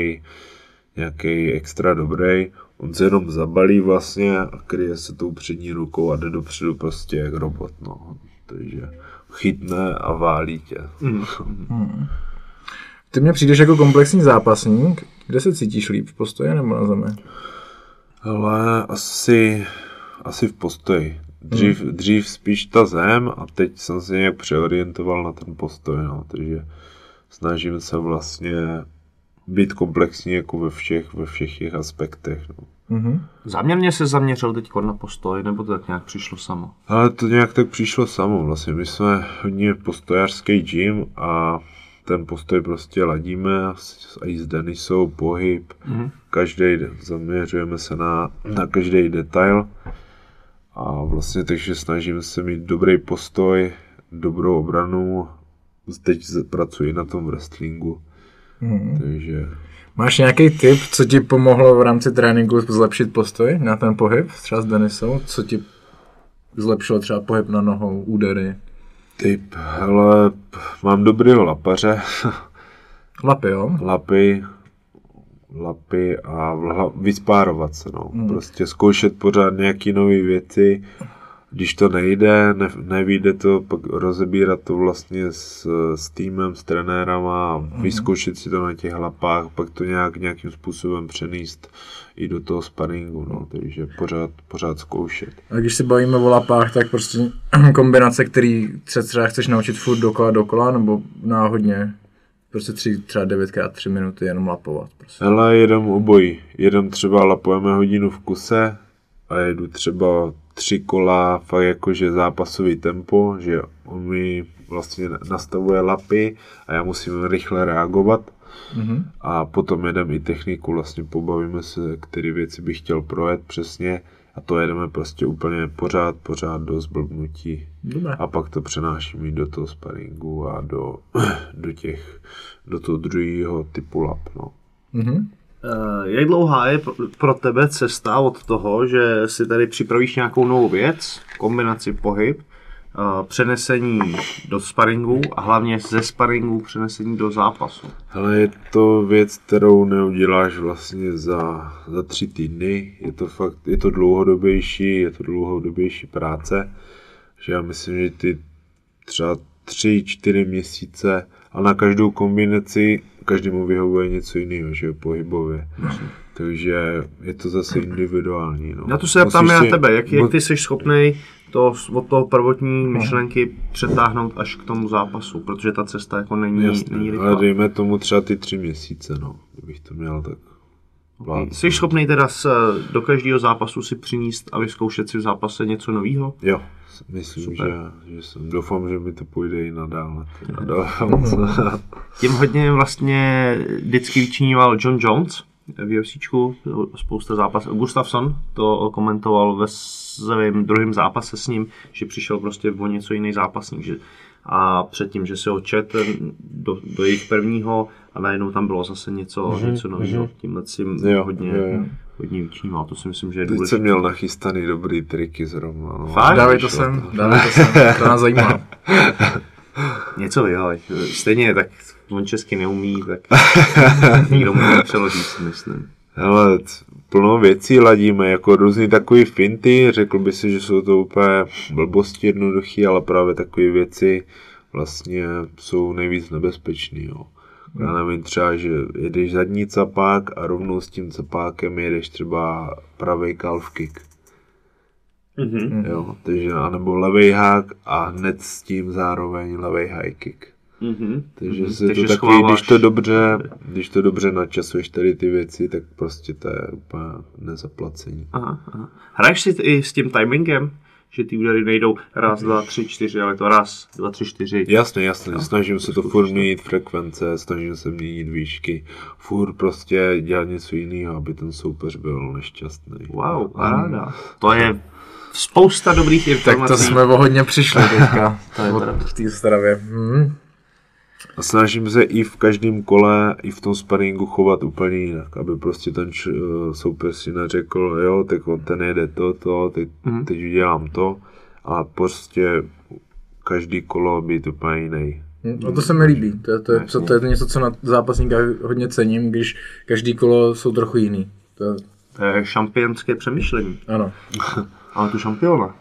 nějaký extra dobrý. On se jenom zabalí vlastně a kryje se tou přední rukou a jde dopředu prostě jak robot, no. Takže chytne a válí tě. Ty mně přijdeš jako komplexní zápasník, Kde se cítíš líp, v postoji nebo na zemi? Ale asi v postoji. Dřív spíš ta zem a teď jsem se nějak přeorientoval na ten postoj, no, takže snažím se vlastně být komplexní jako ve všech těch aspektech. No. Mm-hmm. Záměrně se zaměřil teď na postoj, nebo to tak nějak přišlo samo? Ale to nějak tak přišlo samo vlastně. My jsme hodně postojářský gym a ten postoj prostě ladíme a i s Denisou pohyb. Mm-hmm. Zaměřujeme se na každý detail a vlastně takže snažíme se mít dobrý postoj, dobrou obranu. Teď pracuji na tom wrestlingu. Mm-hmm. Takže... Máš nějaký tip, co ti pomohlo v rámci tréninku zlepšit postoj na ten pohyb, třeba s Denisou? Co ti zlepšilo třeba pohyb na nohou, údery? Tip, hele, mám dobrýho lapaře. Lapy, jo? Lapy a vyspárovat se, no. Prostě zkoušet pořád nějaký nové věci. Když to nejde, nevyjde to, pak rozebírat to vlastně s týmem, s trenérama a vyzkoušet si to na těch lapách, pak to nějakým způsobem přenést i do toho sparingu, no, takže pořád zkoušet. A když se bavíme o lapách, tak prostě kombinace, který třeba chceš naučit furt dokola, nebo náhodně, prostě třeba 9x3 minuty jenom lapovat. Prostě. Hele, jedem obojí. Jedem třeba lapujeme hodinu v kuse a jedu třeba 3 kola, fakt jakože zápasový tempo, že on mi vlastně nastavuje lapy a já musím rychle reagovat. Mm-hmm. A potom jedeme i techniku, vlastně pobavíme se, které věci bych chtěl projet přesně a to jedeme prostě úplně pořád do zblbnutí. Dobre. A pak to přenáším i do toho sparingu a do toho druhého typu lap. No. Mm-hmm. Jak dlouhá je pro tebe cesta od toho, že si tady připravíš nějakou novou věc, kombinaci pohyb, přenesení do sparingu a hlavně ze sparingu přenesení do zápasu? Hele, je to věc, kterou neuděláš vlastně za 3 týdny, je to dlouhodobější práce, že já myslím, že ty třeba 3-4 měsíce a na každou kombinaci každému vyhovuje něco jiného, že pohybově. Takže je to zase individuální. No. Na to se ptám na tebe, jak ty jsi schopnej to od toho prvotní myšlenky přetáhnout až k tomu zápasu, protože ta cesta jako není rychlá. Ale dejme tomu třeba ty 3 měsíce, no, kdybych to měl tak vládnout. Jsi schopnej teda do každého zápasu si přinést a vyzkoušet si v zápase něco nového? Jo, myslím, že jsem. Doufám, že mi to půjde i nadále. Tím hodně vlastně vždycky vyčíníval John Jones v UFCčku, spousta zápasů. Gustafsson to komentoval ve svém druhém zápase s ním, že přišel prostě o něco jiný zápasník, že a předtím, že se ho čet do jejich prvního a najednou tam bylo zase něco nového. Tímhle si hodně vyčíníval, to si myslím, že je důležité. Teď jsem měl nachystaný dobrý triky zrovna. No. Fakt? Dávej to sem, to nás zajímá. Něco vyhoď. Stejně tak on česky neumí, tak nikdo mu nepřeloží, si myslím. Hele, plno věcí ladíme, jako různý takový finty, řekl by si, že jsou to úplně blbosti jednoduchý, ale právě takové věci vlastně jsou nejvíc nebezpečný. Jo. Já nevím, třeba, že jedeš zadní capák a rovnou s tím capákem jedeš třeba pravej calf kick. Mm-hmm. Jo, takže anebo levej hák a hned s tím zároveň levej high kick. Mm-hmm. Takže se to takový, když to dobře načasuješ tady ty věci, tak prostě to je úplně nezaplacení. Aha. Hraješ si i s tím timingem? Že ty údery nejdou 1, 2, 3, 4, ale to 1, 2, 3, 4. Jasně. No. Snažím se to furt měnit frekvence, snažím se měnit výšky, furt prostě dělat něco jiného, aby ten soupeř byl nešťastný. Wow, paráda. To je spousta dobrých informací. Tak to jsme o hodně přišli teďka v té stravě. A snažím se i v každém kole, i v tom sparingu chovat úplně jinak, aby prostě ten soupeř si neřekl, jo, tak on ten jede teď udělám to, a prostě každý kolo být úplně jiný. No to se mi líbí, to je něco, co na zápasníkách hodně cením, když každý kolo jsou trochu jiný. To je šampionské přemýšlení. Ano. Ale tu šampiona.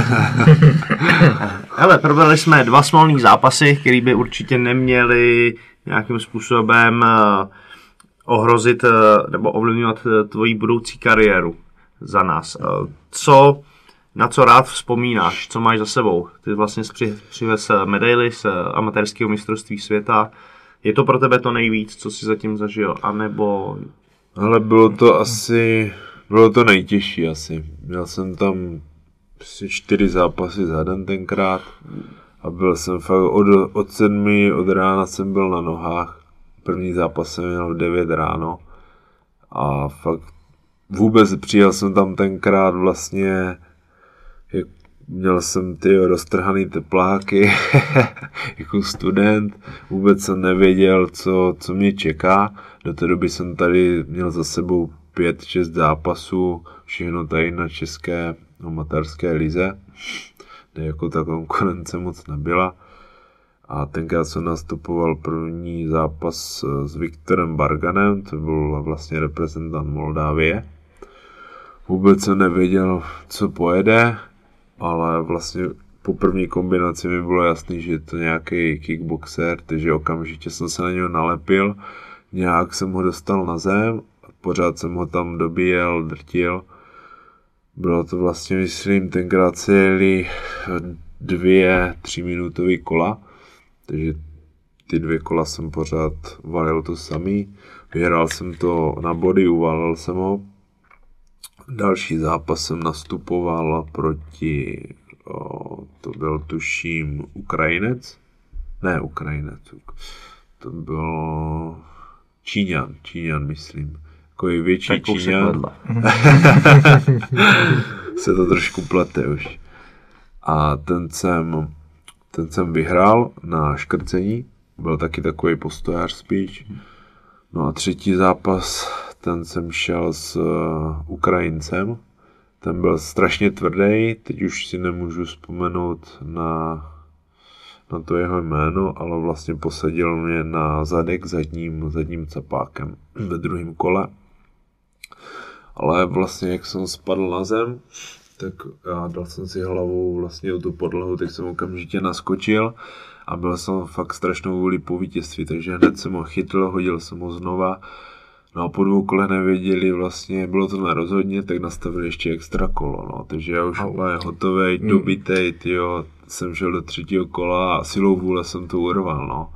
Hele, probrali jsme 2 smolný zápasy, které by určitě neměly nějakým způsobem ohrozit nebo ovlivňovat tvoji budoucí kariéru za nás. Na co rád vzpomínáš, co máš za sebou? Ty vlastně přivez medaili z amatérského mistrovství světa. Je to pro tebe to nejvíc, co jsi zatím zažil? A nebo... Ale bylo to nejtěžší asi. Měl jsem tam 4 zápasy za den tenkrát a byl jsem fakt od 7 od rána jsem byl na nohách. První zápas jsem měl v 9 ráno a fakt vůbec přijel jsem tam tenkrát vlastně, měl jsem roztrhaný tepláky jako student, vůbec jsem nevěděl, co mě čeká. Do té doby jsem tady měl za sebou 5-6 zápasů, všechno tady na české amatérské lize, kde jako ta konkurence moc nebyla. A tenkrát jsem nastupoval první zápas s Viktorem Barganem, to byl vlastně reprezentant Moldávie. Vůbec jsem nevěděl, co pojede, ale vlastně po první kombinaci mi bylo jasný, že je to nějaký kickboxer, takže okamžitě jsem se na něho nalepil, nějak jsem ho dostal na zem, pořád jsem ho tam dobíjel, drtil. Bylo to vlastně, myslím, tenkrát se jeli 2-3 minutové kola, takže ty 2 kola jsem pořád valil to samý. Vyhrál jsem to na body, uvalil jsem ho. Další zápas jsem nastupoval proti, to byl tuším Ukrajinec. Ne Ukrajinec, to byl Číňan myslím. Takový větší Číňan. Se to trošku plete už. A ten jsem vyhrál na škrcení, byl taky takový postojář spíš. No a třetí zápas, ten jsem šel s Ukrajincem, ten byl strašně tvrdý, teď už si nemůžu vzpomenout na to jeho jméno, ale vlastně posadil mě na zadek zadním capákem ve druhém kole. Ale vlastně jak jsem spadl na zem, tak já dal jsem si hlavou vlastně o tu podlahu, tak jsem okamžitě naskočil a byl jsem fakt strašnou vůli po vítězství, takže hned jsem ho chytl, hodil jsem ho znova. No a po 2 kolech nevěděli vlastně, bylo to nerozhodně, tak nastavili ještě extra kolo, no, takže já už byl hotovej, dobitej, jsem šel do 3. kola a silou vůle jsem to urval, no.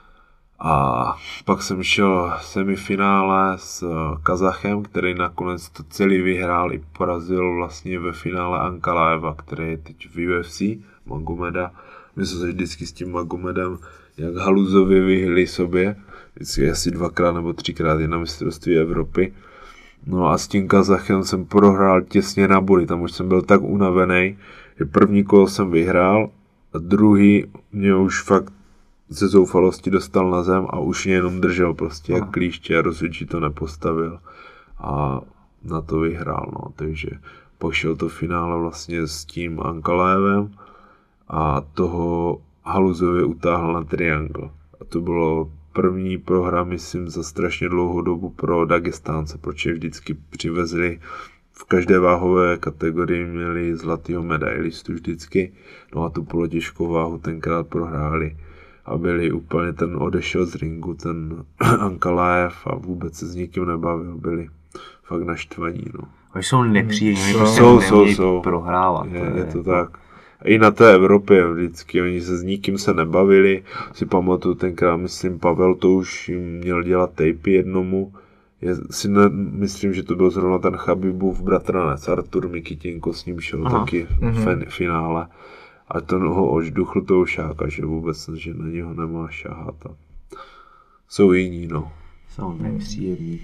A pak jsem šel v semifinále s Kazachem, který nakonec to celý vyhrál i porazil vlastně ve finále Ankalaeva, který je teď v UFC, Magomeda. My jsme se vždycky s tím Magomedem jak Haluzově vyhli sobě, vždycky asi 2x nebo 3x na mistrovství Evropy. No a s tím Kazachem jsem prohrál těsně na body, tam už jsem byl tak unavený, že první kolo jsem vyhrál a druhý mě už fakt ze zoufalosti dostal na zem a už mě jenom držel prostě jak klíště a rozhodčí to nepostavil a na to vyhrál, no, takže pošel to finále vlastně s tím Ankalaevem a toho Haluzově utáhl na triangle a to bylo první prohra, myslím, za strašně dlouhou dobu pro Dagestánce, protože vždycky přivezli v každé váhové kategorii měli zlatýho medailistu vždycky, no a tu polotěžkou váhu tenkrát prohráli. A byli úplně, ten odešel z ringu, ten Ankalaev a vůbec se s nikým nebavil, byli fakt naštvaní, no. Oni jsou nepříjemní, jsou prohrávat. Je to tak. A i na té Evropě vždycky, oni se s nikým se nebavili, si pamatuju tenkrát, myslím, Pavel to už jim měl dělat tapy jednomu, myslím, že to byl zrovna ten Chabibův bratranec, Artur Mikitěnko, s ním šel taky v finále. A ten ho ožduchl toho šáka, že vůbec že na něho nemá šáhat. Jsou jiní, no. Jsou nepříjemní.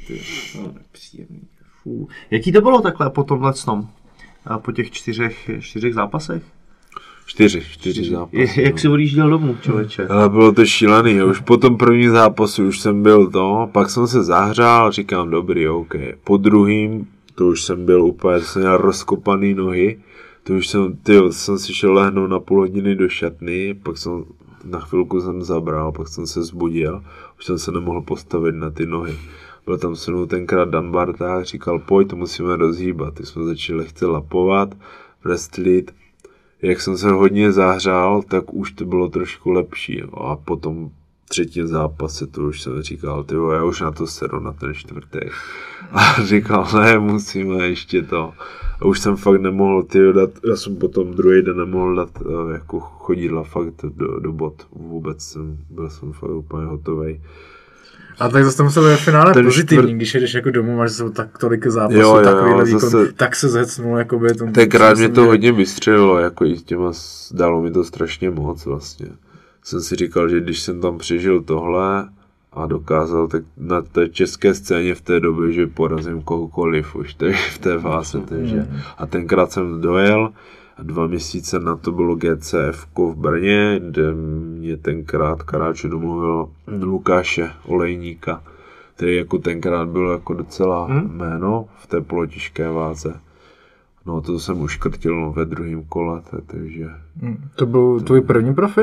Jaký to bylo takhle po tomhletom? Po těch 4 zápasech? 4 zápasy. Jak si odjížděl domů, člověče? Ale bylo to šílený, už po tom prvním zápasu už jsem byl pak jsem se zahřál, říkám dobrý, OK. Po druhým, to už jsem byl úplně, jsem měl rozkopaný nohy, to už jsem si šel lehnout na půl hodiny do šatny, pak jsem na chvilku zabral, pak jsem se zbudil, už jsem se nemohl postavit na ty nohy. Byl tam se mnou tenkrát Dan Barták, říkal, pojď, to musíme rozhýbat. Ty jsme začali lehce lapovat, wrestlit. Jak jsem se hodně zahřál, tak už to bylo trošku lepší. A potom třetím zápase, to už jsem říkal, tyjo, já už na to sedu na ten čtvrtý. A říkal, ne, musíme ještě to. A už jsem fakt nemohl, tyjo, dát, já jsem potom druhý den nemohl dát jako chodidla fakt do bot. Vůbec byl jsem fakt úplně hotovej. A tak zase to musel být ve finále pozitivní, když jdeš jako domů, máš za tak tolik zápasů, takovýhle výkon, tak se zhecnul, jakoby. Tenkrát mě to hodně vystřelilo, jako i těma, dalo mi to strašně moc vlastně. Jsem si říkal, že když jsem tam přežil tohle a dokázal, tak na té české scéně v té době, že porazím kohokoliv už v té váze, takže. A tenkrát jsem dojel a 2 měsíce na to bylo GCF v Brně, kde mě tenkrát Karáčo domluvil Lukáše Olejníka, který jako tenkrát byl jako docela jméno v té polotěžké váze. No to jsem uškrtil ve druhém kole, takže... To byl tvůj první profi?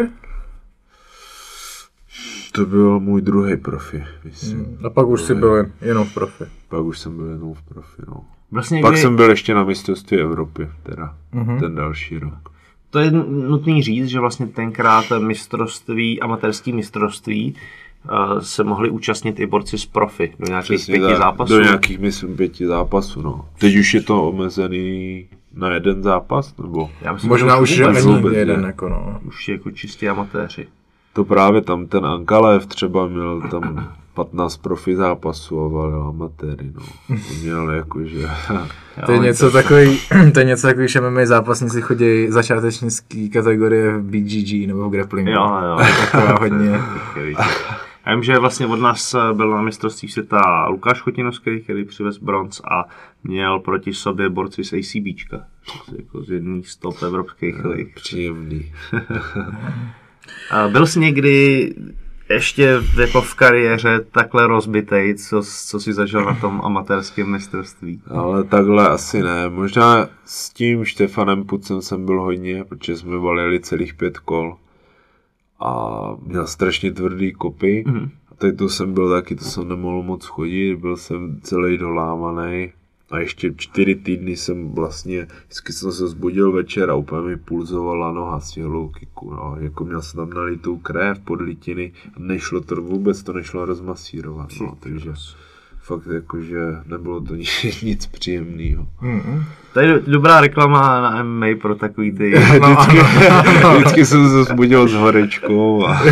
To byl můj druhý profi, myslím. A pak už jsi byl jenom v profi. Pak už jsem byl jenom v profi, no. Vlastně pak jsem byl ještě na mistrovství Evropy, teda ten další rok. To je nutný říct, že vlastně tenkrát mistrovství, amatérský mistrovství se mohli účastnit i borci z profi do nějakých přesně 5 zápasů. Do nějakých, myslím, 5 zápasů, no. Teď už je to omezený na jeden zápas, nebo? Já myslím, možná už je ani vůbec jeden, jako no. Už je jako čistí amatéři. To právě tam ten Ankalev třeba měl tam 15 profi zápasů a valil amatéry, no. Měl jakože... To je něco takový, že MMA zápasníci chodí začátečnický kategorie v BJJ nebo v grapplingu. Jo. Taková hodně. Já vím, že vlastně od nás byl na mistrovství světa Lukáš Chotinovský, který přivez bronz a měl proti sobě borci z ACBčka. Jako z jedných z top evropských lig. Příjemný. Byl jsi někdy ještě jako v kariéře takhle rozbitej, co jsi zažil na tom amatérském mistrovství? Ale takhle asi ne. Možná s tím Štefanem Pucem jsem byl hodně, protože jsme valili celých 5 kol a měl strašně tvrdý kopy. A teď to jsem byl taky, to jsem nemohl moc chodit, byl jsem celý dolámaný. A ještě 4 týdny jsem vlastně, vždycky jsem se zbudil večer a úplně mi pulzovala noha z těch low kicků, no. Jako měl jsem tam nalitou krev, podlitiny a nešlo to, vůbec to nešlo rozmasírovat, no. Takže fakt jakože nebylo to nic příjemného. To je dobrá reklama na MMA pro takový ty... Vždycky jsem se zbudil s horečkou a...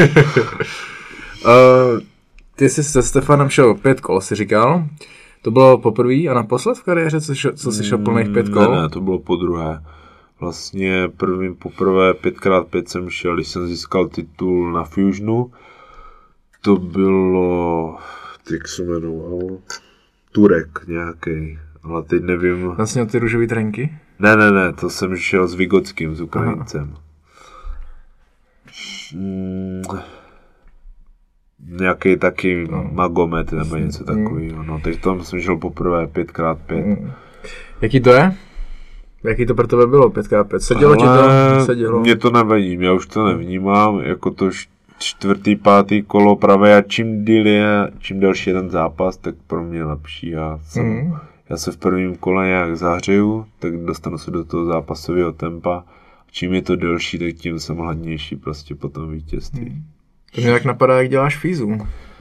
Ty jsi se Stefanem šel 5 kol, jsi říkal? To bylo poprvé a naposled v kariéře, co jsi šel plných 5 kol? Ne, to bylo podruhé. Vlastně poprvé 5x5 jsem šel, když jsem získal titul na Fusionu. To bylo, jak se jmenoval, Turek nějaký, ale teď nevím. Vlastně měl ty růžový trenky? Ne, to jsem šel s Vygockým, s Ukrajincem. Nějaký taky Magomed nebo něco takového. No, teď tam jsem šel poprvé 5x5. Jaký to je? Jaký to pro tebe bylo 5x5? Sedělo ti to? Sedělo? Mě to nevadí, já už to nevnímám, jako to 4., 5. kolo právě a čím delší jeden zápas, tak pro mě lepší. Já se v prvním kole nějak zahřeju, tak dostanu se do toho zápasového tempa. Čím je to delší, tak tím jsem hladnější prostě po tom vítězství. To mě tak napadá, jak děláš fízu.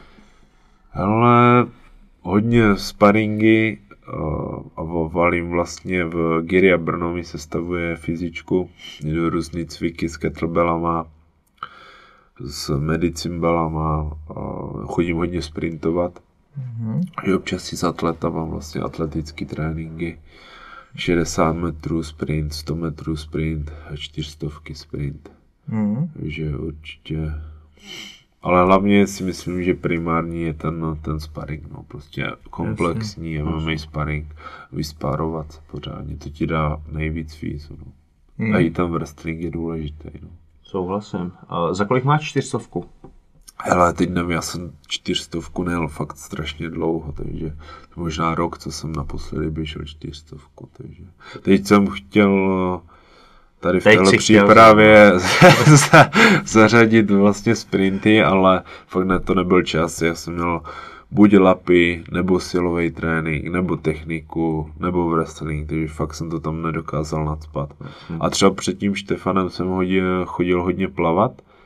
Ale hodně sparingy a valím vlastně v Gyria Brno mi sestavuje fyzičku, jdu různý cviky s kettlebellama, s medicimbalama, chodím hodně sprintovat. I občas si s atletama vlastně atletické tréninky. 60 metrů sprint, 100 metrů sprint a 400 sprint. Takže určitě... Ale hlavně si myslím, že primární je ten sparring, no, prostě komplexní MMA sparring, vyspárovat se pořádně, to ti dá nejvíc fízu, no. A i ten wrestling je důležitý, no. Souhlasím. A za kolik máš 400? Hele, teď nevím, já jsem 400 nejel fakt strašně dlouho, takže to možná rok, co jsem naposledy běžel 400, takže teď jsem chtěl tady v téhle přípravě zařadit vlastně sprinty, ale fakt to nebyl čas, já jsem měl buď lapy, nebo silový trénink, nebo techniku, nebo wrestling, takže fakt jsem to tam nedokázal nacpat. A třeba před tím Štefanem jsem chodil hodně plavat,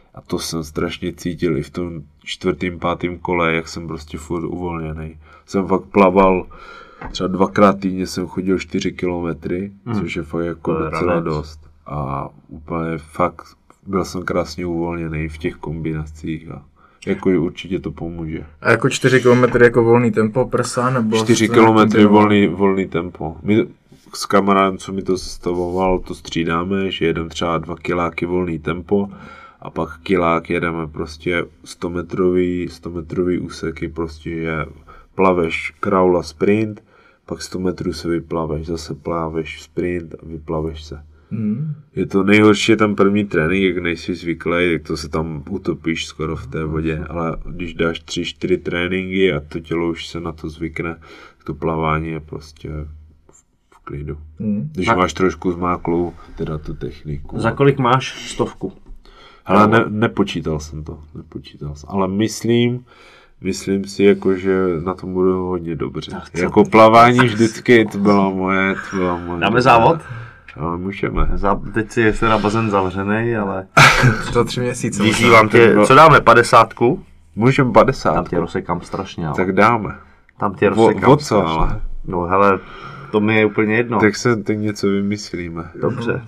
A to jsem strašně cítil i v tom 4., 5. kole, jak jsem prostě furt uvolněný. Jsem fakt plaval, třeba 2krát týdně jsem chodil 4 kilometry, což je fakt jako docela dost. A úplně fakt byl jsem krásně uvolněný v těch kombinacích a jako určitě to pomůže. A jako 4 km jako volný tempo prsa nebo... 4 km volný tempo. My s kamarádem, co mi to sestavoval, to střídáme, že jedeme třeba 2 kiláky volný tempo a pak kilák jedeme prostě 100 metrový úseky, prostě je plaveš kraula sprint, pak 100 metrů se vyplaveš, zase plaveš sprint a vyplaveš se. Je to nejhorší, je tam první trénink, jak nejsi zvyklý, jak to se tam utopíš skoro v té vodě, ale když dáš 3-4 tréninky a to tělo už se na to zvykne, to plavání je prostě v klidu. Když máš trošku zmáklou teda tu techniku. Za kolik máš 100? Ale nepočítal jsem to, ale myslím si, jako, že na tom budu hodně dobře. Jako plavání vždycky, to bylo moje. Dáme závod? No, můžeme. Teď si je na bazén zavřenej, ale... To 3 měsíce. Vyzývám tě, co dáme, 50? Můžeme 50. Tam tě rozsekám strašně, ale... Tak dáme. Tam tě rozsekám co, ale? No hele, to mi je úplně jedno. Tak něco vymyslíme. Dobře.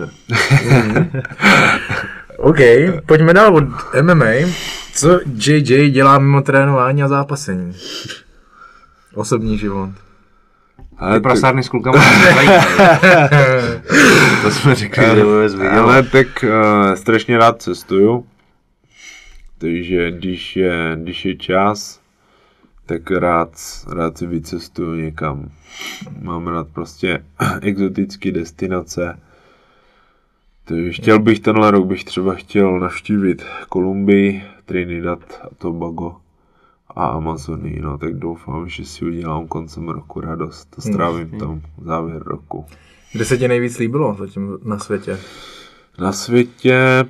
OK, pojďme dál od MMA. Co JJ dělá mimo trénování a zápasení? Osobní život. Ty prasárny s klukama to jsme řekli, že vůbec viděl. Ale tak strašně rád cestuju. Takže když je čas, tak rád si vycestuju někam. Mám rád prostě exotické destinace. Takže chtěl bych tenhle rok, třeba chtěl navštívit Kolumbii, Trinidad a Tobago a Amazonii, no tak doufám, že si udělám koncem roku radost a strávím tam závěr roku. Kde se ti nejvíc líbilo zatím na světě? Na světě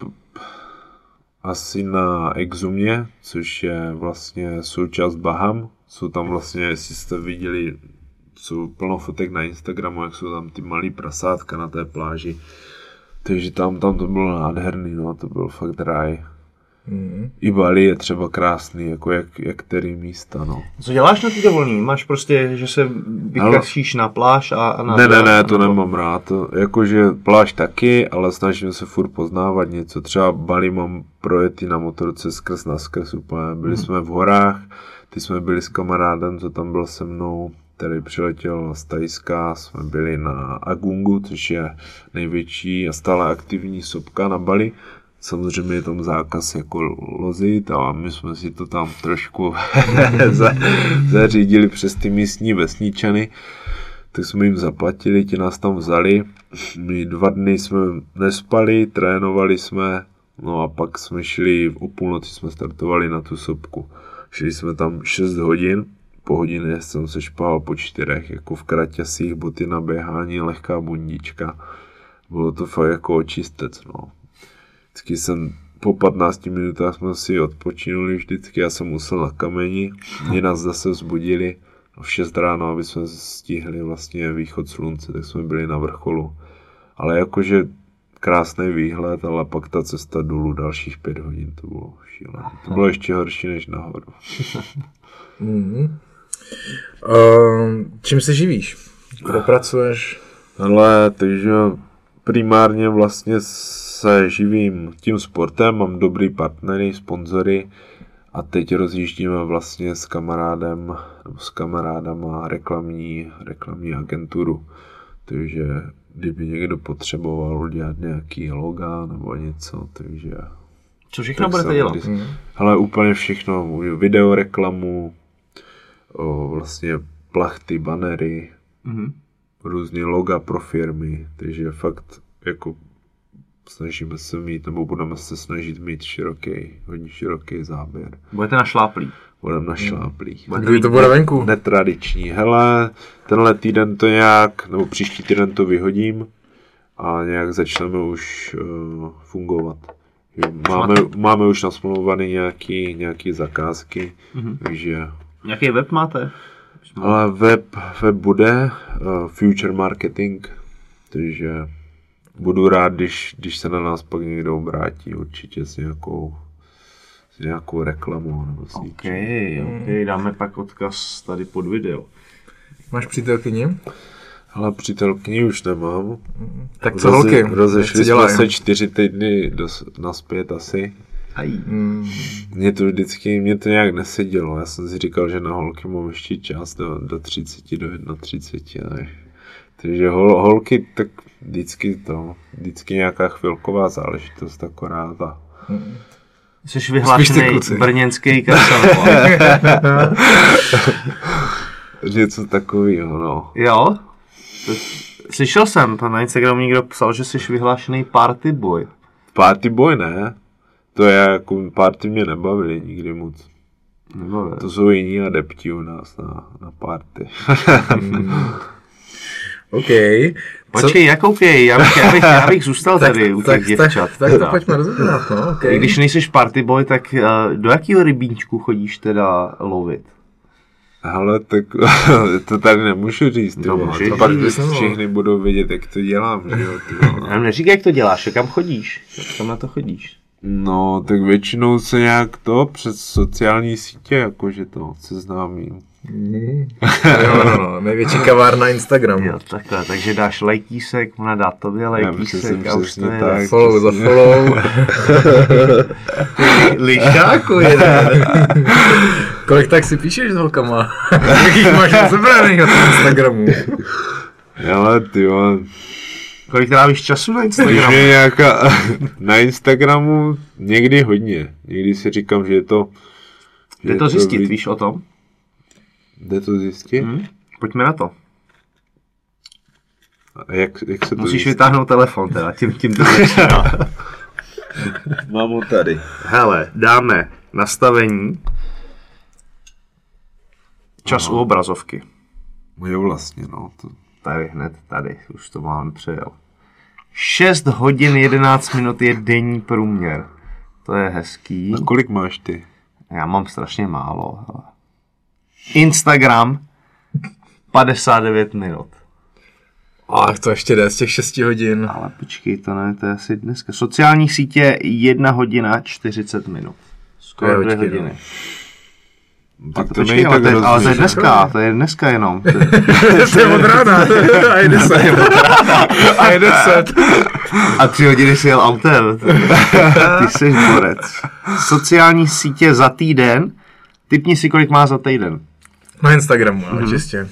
asi na Exumě, což je vlastně součást Baham. Jsou tam vlastně, jestli jste viděli, jsou plno fotek na Instagramu, jak jsou tam ty malý prasátka na té pláži. Takže tam to bylo nádherný, no, to byl fakt ráj. I Bali je třeba krásný, jako jak který místa, no. Co děláš na té dovolené? Máš prostě, že se vykašíš na pláž a na... Ne, to nemám rád. Jakože pláž taky, ale snažím se furt poznávat něco. Třeba Bali mám projetý na motorce skrz na skrz úplně. Byli jsme v horách, ty jsme byli s kamarádem, co tam byl se mnou, který přiletěl z Thajska, jsme byli na Agungu, což je největší a stále aktivní sopka na Bali. Samozřejmě je tam zákaz jako lozit a my jsme si to tam trošku zařídili přes ty místní vesničany. Tak jsme jim zaplatili, ti nás tam vzali. My 2 dny jsme nespali, trénovali jsme, no a pak jsme šli, o půlnoci jsme startovali na tu sopku. Šli jsme tam 6 hodin, po hodině jsem se špál po 4, jako v kraťasích, boty na běhání, lehká bundička. Bylo to fakt jako očistec, no. Vždycky jsem po 15 minutách jsme si odpočinuli vždycky, já jsem musel na kameni, mě nás zase vzbudili v 6 ráno, aby jsme stihli vlastně východ slunce, tak jsme byli na vrcholu. Ale jakože krásný výhled, ale pak ta cesta dolů dalších 5 hodin, to bylo šílené. To bylo ještě horší než nahoru. Čím se živíš? Kde pracuješ? Ale takže primárně vlastně se živím tím sportem, mám dobrý partnery, sponzory a teď rozjíždíme vlastně s kamarádem nebo s kamarádama reklamní agenturu. Takže kdyby někdo potřeboval udělat nějaký loga nebo něco, takže... Co všechno budete dělat? Ale úplně všechno, videoreklamu, vlastně plachty, banery, různý loga pro firmy, takže fakt jako snažíme se mít, nebo budeme se snažit mít hodně široký záběr. Budete našláplí. Budeme našláplí. Kdy to bude venku? Netradiční. Hele, tenhle týden to nějak, nebo příští týden to vyhodím a nějak začneme už fungovat. Máme už nasmlouvané nějaký zakázky, takže... Jaký web máte? Ale web bude Future Marketing, takže budu rád, když se na nás pak někdo obrátí, určitě s nějakou reklamou nebo s něčím. OK, dáme pak odkaz tady pod video. Máš přítelkyni? Ale přítelkyni už nemám. Tak co holky? Rozešli jsme se 4 týdny naspět asi. Mě to nějak nesedělo. Já jsem si říkal, že na holky mám ještě čas do 30, do 31. Takže holky, tak vždycky nějaká chvilková záležitost akorát. Jsi vyhlášený brněnský kasal. Něco takového, no. Jo? Slyšel jsem, na Instagramu někdo psal, že jsi vyhlášený party boy. Party boy ne. To je jako, party mě nebavili nikdy moc. Nebavili. To jsou jiní adepti u nás na party. OK. Počkej, jak OK? Já bych zůstal tady u těch děvčat. Tak to pojďme rozebrat, no. Okay. Když nejseš party boy, tak do jakého rybíčku chodíš teda lovit? Ale tak to tady nemůžu říct. Pak všichni budou vědět, jak to dělám. Že jo, já neříkej, jak to děláš, kam chodíš? Kam na to chodíš? No, tak většinou se nějak přes sociální sítě, jakože to seznámím. No, největší kavárna Instagramu. Jo, takhle, takže dáš lajkísek, ona dá tobě lajkísek a už to je. Tak. Follow za follow. Lišáku jeden. Kolik tak si píšeš s holkama? Jakých máš rozebraných na tom Instagramu? Ale tyjo. Kolik trávíš času na Instagramu? Na Instagramu někdy hodně. Někdy si říkám, že je to... Jde to zjistit, víš o tom? Jde to zjistit? Pojďme na to. A jak se to musíš zjistí? Vytáhnout telefon teda, tím to začíná. Mám ho tady. Hele, dáme nastavení. Čas u obrazovky. Jo, vlastně, no. Tady, hned tady, už to mám přejel. 6 hodin 11 minut je denní průměr. To je hezký. A kolik máš ty? Já mám strašně málo. Hele. Instagram 59 minut. Ach, to ještě jde z těch 6 hodin. Ale počkej, to je asi dneska. Sociální sítě 1 hodina 40 minut. Skoro 2 hodiny. Tak to počkej, ale to je dneska, to je dneska jenom. To je od rána. A je 10. A je 10. A 3 hodiny si jel autem. Ty jsi borec. Sociální sítě za týden. Tipni si, kolik má za týden. Na Instagramu, ale čistě.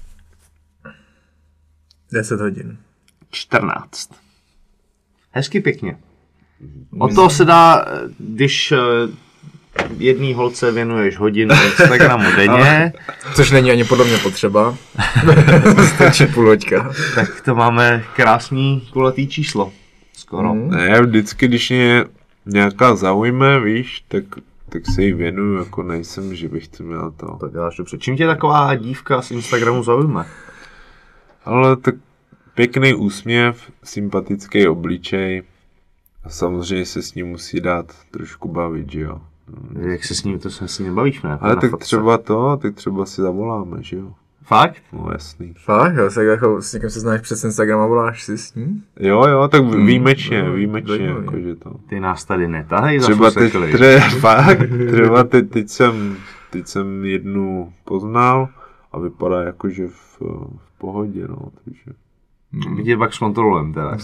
10 hodin. 14. Hezky pěkně. Od toho se dá, když jedný holce věnuješ hodinu Instagramu denně. Což není ani podle mě potřeba. Stačí půl hoďka. Tak to máme krásný kulatý číslo. Skoro. Ne, vždycky, když mě nějaká zaujme, víš, tak se jí věnuju, jako nejsem, že bych to měl to. To děláš dobře. Čím tě taková dívka z Instagramu zaujme? Ale tak pěkný úsměv, sympatický obličej a samozřejmě se s ním musí dát trošku bavit, že jo. Jak se s ním, to se s ním nebavíš, ne? Ale tak třeba si zavoláme, že jo. Fakt? No jasný. Fakt? Jo, tak jako s někým se znáš přes Instagram a voláš si s ním? Jo, tak výjimečně, jakože to. Ty nás tady netahej za fusekli. Třeba teď jsem jednu poznal a vypadá jakože v pohodě, no, takže. My tě pak zkontrolujeme teda.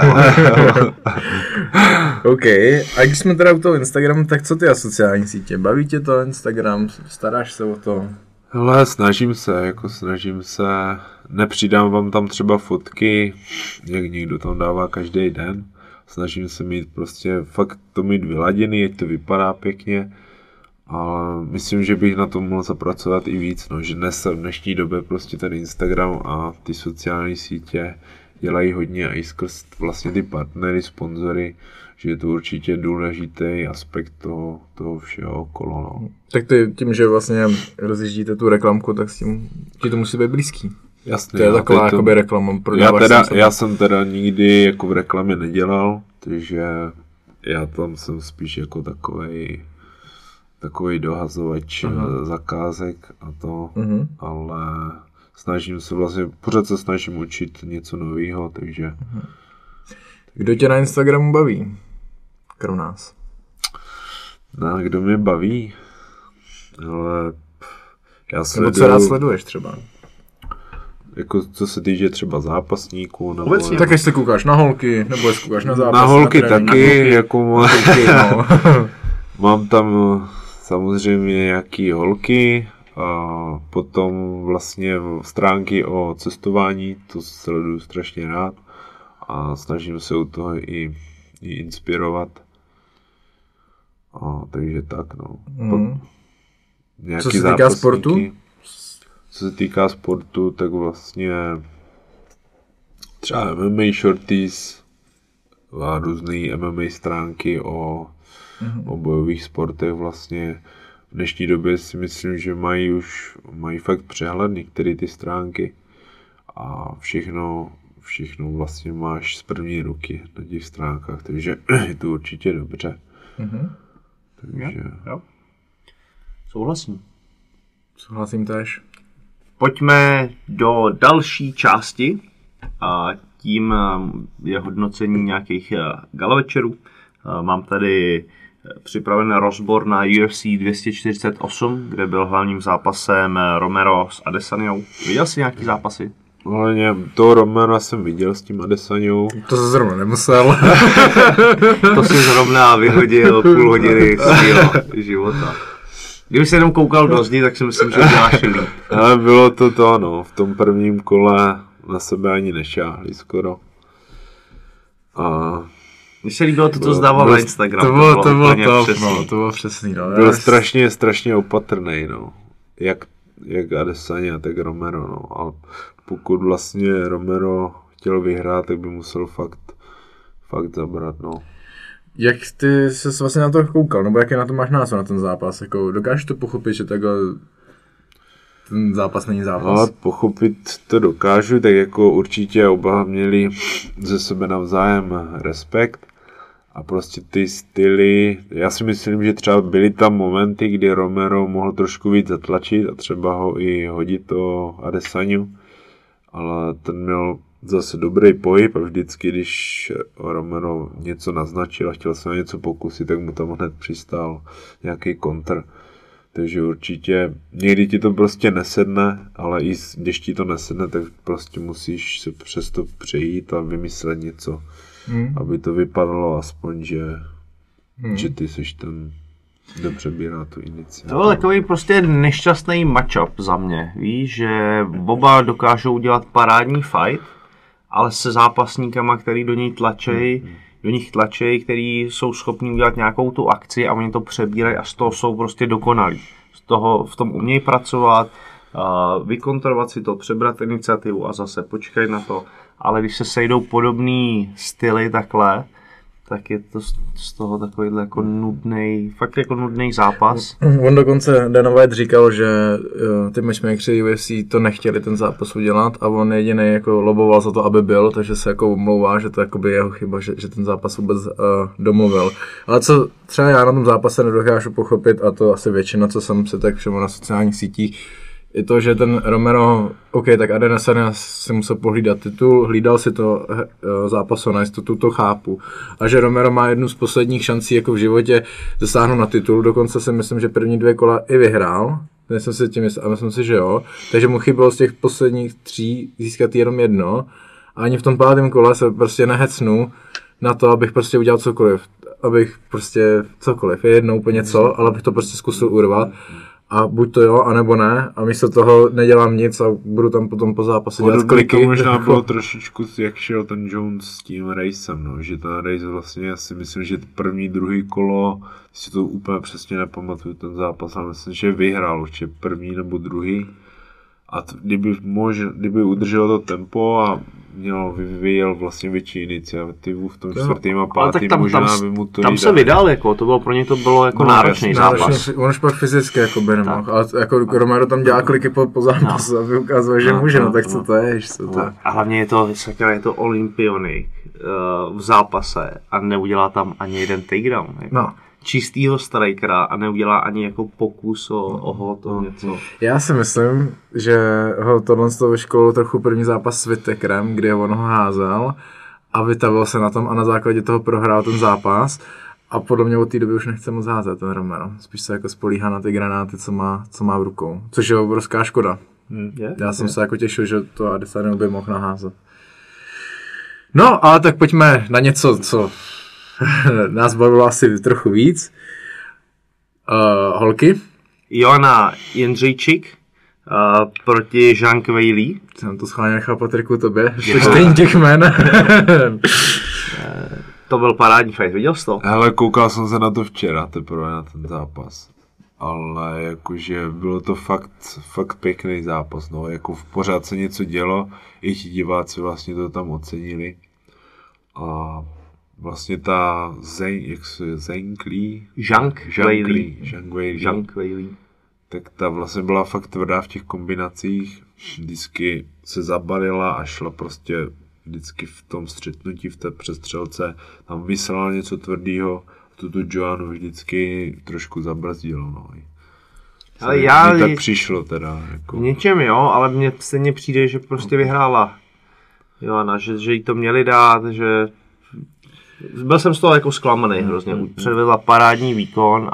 OK, a když jsme teda u toho Instagramu, tak co ty a sociální sítě? Baví tě to Instagram? Staráš se o to? Hele, snažím se, nepřidám vám tam třeba fotky, jak někdo tam dává každý den. Snažím se mít prostě fakt to mít vyladěný, ať to vypadá pěkně. Ale myslím, že bych na tom mohl zapracovat i víc, no, že v dnešní době prostě ten Instagram a ty sociální sítě dělají hodně a i skrz vlastně ty partnery, sponzory, že je to určitě důležitý aspekt toho všeho okolo. No. Tak tím, že vlastně rozjíždíte tu reklamku, tak s tím ti to musí být blízký. Jasně. To je taková jakoby reklama. Já jsem teda nikdy jako v reklamě nedělal, takže já tam jsem spíš jako takový dohazovač zakázek a to, ale snažím se vlastně, pořád se snažím učit něco nového, takže Kdo tě na Instagramu baví? Krom nás. No, kdo mě baví? Ale já Nebo co rád sleduješ třeba? Jako co se týče třeba zápasníků, nebo... Obecně. Tak jestli koukáš na holky, nebo jestli koukáš na zápas, na holky na trénink, taky, jako no. mám tam samozřejmě nějaký holky a potom vlastně stránky o cestování, to sleduju strašně rád a snažím se u toho i inspirovat. Takže tak, no. Nějaký Co se týká sportu? Co se týká sportu, tak vlastně třeba MMA shorties a různý MMA stránky o bojových sportech vlastně. V dnešní době si myslím, že mají fakt přehled některé ty stránky a všechno vlastně máš z první ruky na těch stránkách, takže je to určitě dobře. Takže... Jo. Souhlasím. Souhlasím též. Pojďme do další části a tím je hodnocení nějakých gala večerů. Mám tady připraven rozbor na UFC 248, kde byl hlavním zápasem Romero s Adesanyou. Viděl jsi nějaký zápasy? Ale toho Romera jsem viděl s tím Adesanyou. To se zrovna nemusel. To si zrovna vyhodil půl hodiny svého života. Kdyby se jenom koukal do zdi, tak si myslím, že děláš líp. Ale bylo to ano, v tom prvním kole na sebe ani nešáhli skoro. A mně se líbilo to, co zdával na Instagram. To bylo top, no, to bylo přesný. No. Byl strašně opatrnej, no. Jak Adesanya, tak Romero, no. Ale pokud vlastně Romero chtěl vyhrát, tak by musel fakt zabrat, no. Jak ty jsi vlastně na to koukal, nebo jaký na to máš názor na ten zápas? Jako, dokážeš to pochopit, že takhle ten zápas není zápas? Ale pochopit to dokážu, tak jako určitě oba měli ze sebe navzájem respekt a prostě ty styly, já si myslím, že třeba byly tam momenty, kdy Romero mohl trošku víc zatlačit a třeba ho i hodit o Adesanyu, ale ten měl zase dobrý pohyb a vždycky, když Romero něco naznačil a chtěl se na něco pokusit, tak mu tam hned přistál nějaký kontr. Takže určitě někdy ti to prostě nesedne, ale i když ti to nesedne, tak prostě musíš se přes to přejít a vymyslet něco, aby to vypadalo aspoň, že ty seš ten, kdo přebírá tu iniciativu. To byl takový prostě nešťastný matchup za mě. Víš, že oba dokážou udělat parádní fight, ale se zápasníkama, který do nich tlačejí, který jsou schopni udělat nějakou tu akci a oni to přebírají a z toho jsou prostě dokonalí. Z toho v tom umějí pracovat, vykontrolovat si to, přebrat iniciativu a zase počkej na to. Ale když se sejdou podobný styly takhle, tak je to z toho takovýhle jako nudný zápas. On dokonce Dana White říkal, že ty matchmakeri UFC to nechtěli ten zápas udělat a on jediný jako loboval za to, aby byl, takže se jako omlouvá, že to jakoby jeho chyba, že ten zápas vůbec domluvil. Ale co třeba já na tom zápase nedokážu pochopit, a to asi většina, co jsem se tak všiml na sociálních sítích, je to, že ten Romero, OK, tak Adesanya si musel pohlídat titul, hlídal si to zápasu na jistotu, to chápu. A že Romero má jednu z posledních šancí jako v životě zasáhnout na titul, dokonce si myslím, že první 2 kola i vyhrál, nejsem si tím jistý, a myslím si, že jo. Takže mu chybilo z těch posledních 3 získat jenom jedno a ani v tom 5. kole se prostě nehecnu na to, abych prostě udělal cokoliv. Abych prostě cokoliv, je jedno úplně co, ale abych to prostě zkusil urvat. A buď to jo, anebo ne, a místo toho nedělám nic a budu tam potom po zápase dělat kliky. To možná bylo trošičku, jak šel ten Jones s tím racem, no, že ten race vlastně, já si myslím, že první, druhý kolo, si to úplně přesně nepamatuju ten zápas, ale myslím, že vyhrál určitě první nebo druhý. A kdyby udržel to tempo a vyvíjel vlastně větší iniciativu v tom 4. a 5. možná by mu to tam se vydal, jako, to bylo pro ně to bylo jako náročný zápas. On už pak fyzicky jako by nemohl, ale jako Romero tam dělá kliky po zápasu, aby ukázal, že může, no tak co to je, co to je. A hlavně je to olympionik v zápase a neudělá tam ani jeden takedown. Jako. No. Čistýho strikera a neudělá ani jako pokus o to něco. Já si myslím, že ho tohle z toho vyškolil trochu první zápas s Whittakerem, kdy on ho házel a vytavil se na tom a na základě toho prohrál ten zápas. A podle mě od té doby už nechce moc házet ten Romero. Spíš se jako spolíhá na ty granáty, co má v rukou. Což je obrovská škoda. Já jsem se jako těšil, že to Adesanya by mohl naházet. No, ale tak pojďme na něco, co nás bavilo asi trochu víc. Holky. Joanna Jędřejčík proti Zhang Weili. Jsem to schválně nechal, Patriku, tobě. Čtení těch jmen. To byl parádní fight, viděl jsi to? Hele, koukal jsem se na to včera teprve na ten zápas. Ale jakože bylo to fakt pěkný zápas, no, jako pořád se něco dělo, i ti diváci vlastně to tam ocenili. A vlastně ta Zhang Weili, tak ta vlastně byla fakt tvrdá v těch kombinacích, vždycky se zabalila a šla prostě vždycky v tom střetnutí, v té přestřelce, tam vysela něco tvrdýho, tu Joannu vždycky trošku zabrzdilo, no. Ale tak přišlo teda. Jako. V něčem jo, ale mně stejně přijde, že prostě vyhrála Joanna, že jí to měli dát, že byl jsem z toho jako zklamaný hrozně, předvedla parádní výkon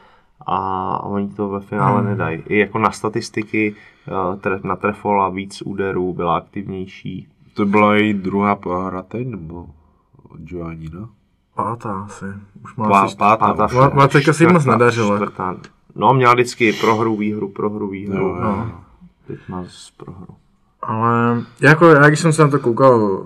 a oni to ve finále nedají. I jako na statistiky natrefila víc úderů, byla aktivnější. To byla její druhá prohra teď, nebo Joannina? Pátá asi. Už má pátá. Teďka si moc nedařilo. No, měla vždycky prohru, výhru. No. Teď má z prohru. Ale jako já, když jsem se na to koukal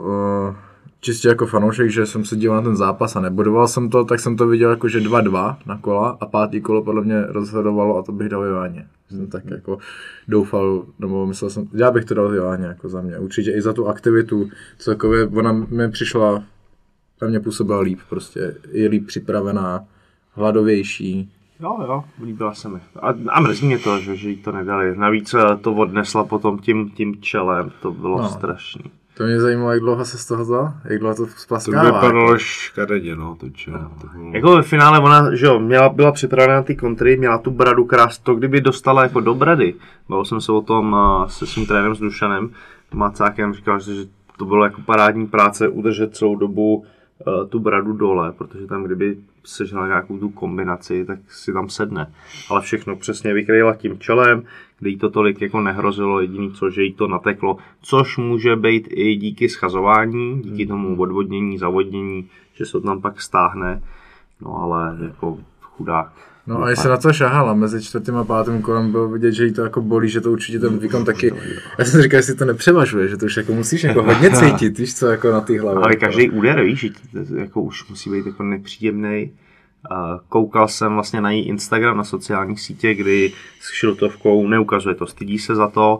čistě jako fanoušek, že jsem se díval na ten zápas a nebudoval jsem to, tak jsem to viděl jako, že 2-2 na kola a pátý kolo podle mě rozhodovalo a to bych dal Joanně. Jsem tak jako doufal, nebo myslel jsem, já bych to dal Joanně jako za mě. Určitě i za tu aktivitu, celkově ona mi přišla, na mě působila líp prostě, je líp připravená, hladovější. Jo, líbila se mi. A mrzí mě to, že jí to nedali. Navíc to odnesla potom tím čelem, to bylo strašný. To mě zajímalo, jak dlouho se z toho to, jak dlouho to splaskává. To vypadalo škaredě, no, to čelo. Jako ve finále ona, že jo, byla připravená na ty kontry, měla tu bradu krásnou, to kdyby dostala jako do brady. Bavil jsem se o tom se svým trenérem s Dušanem Macákem, říkal, že to bylo jako parádní práce udržet celou dobu tu bradu dole, protože tam kdyby sežila nějakou tu kombinaci, tak si tam sedne. Ale všechno přesně vykryla tím čelem, kde jí to tolik jako nehrozilo, jediný co, že jí to nateklo, což může být i díky schazování, díky tomu odvodnění, zavodnění, že se to tam pak stáhne, no ale jako chudák. No a jestli na to šahala, mezi 4. a 5. kolem bylo vidět, že jí to jako bolí, že to určitě ten výkon taky, já jsem říkal, jestli to nepřevažuje, že to už jako musíš jako hodně cítit, víš co, jako na té hlavě. Ale každý úder, víš, jako už musí být jako nepříjemný. Koukal jsem vlastně na její Instagram, na sociálních sítě, kdy s kšiltovkou neukazuje to, stydí se za to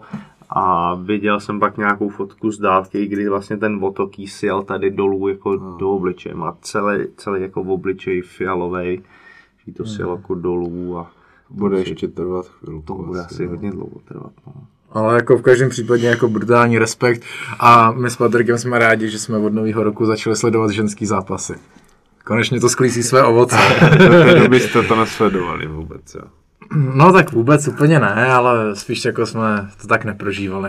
a viděl jsem pak nějakou fotku z dálky, kdy vlastně ten otok jí sjel tady dolů jako do obličeje, má celý jako v obličeji fialovej, jí to sjel jako dolů a bude ještě trvat chvilku. To bude asi hodně dlouho trvat. No. Ale jako v každém případě jako brutální respekt a my s Patrikem jsme rádi, že jsme od nového roku začali sledovat ženský zápasy. Konečně to sklízí své ovoce. Do té doby jste to nesledovali vůbec, jo? No tak vůbec úplně ne, ale spíš jako jsme to tak neprožívali.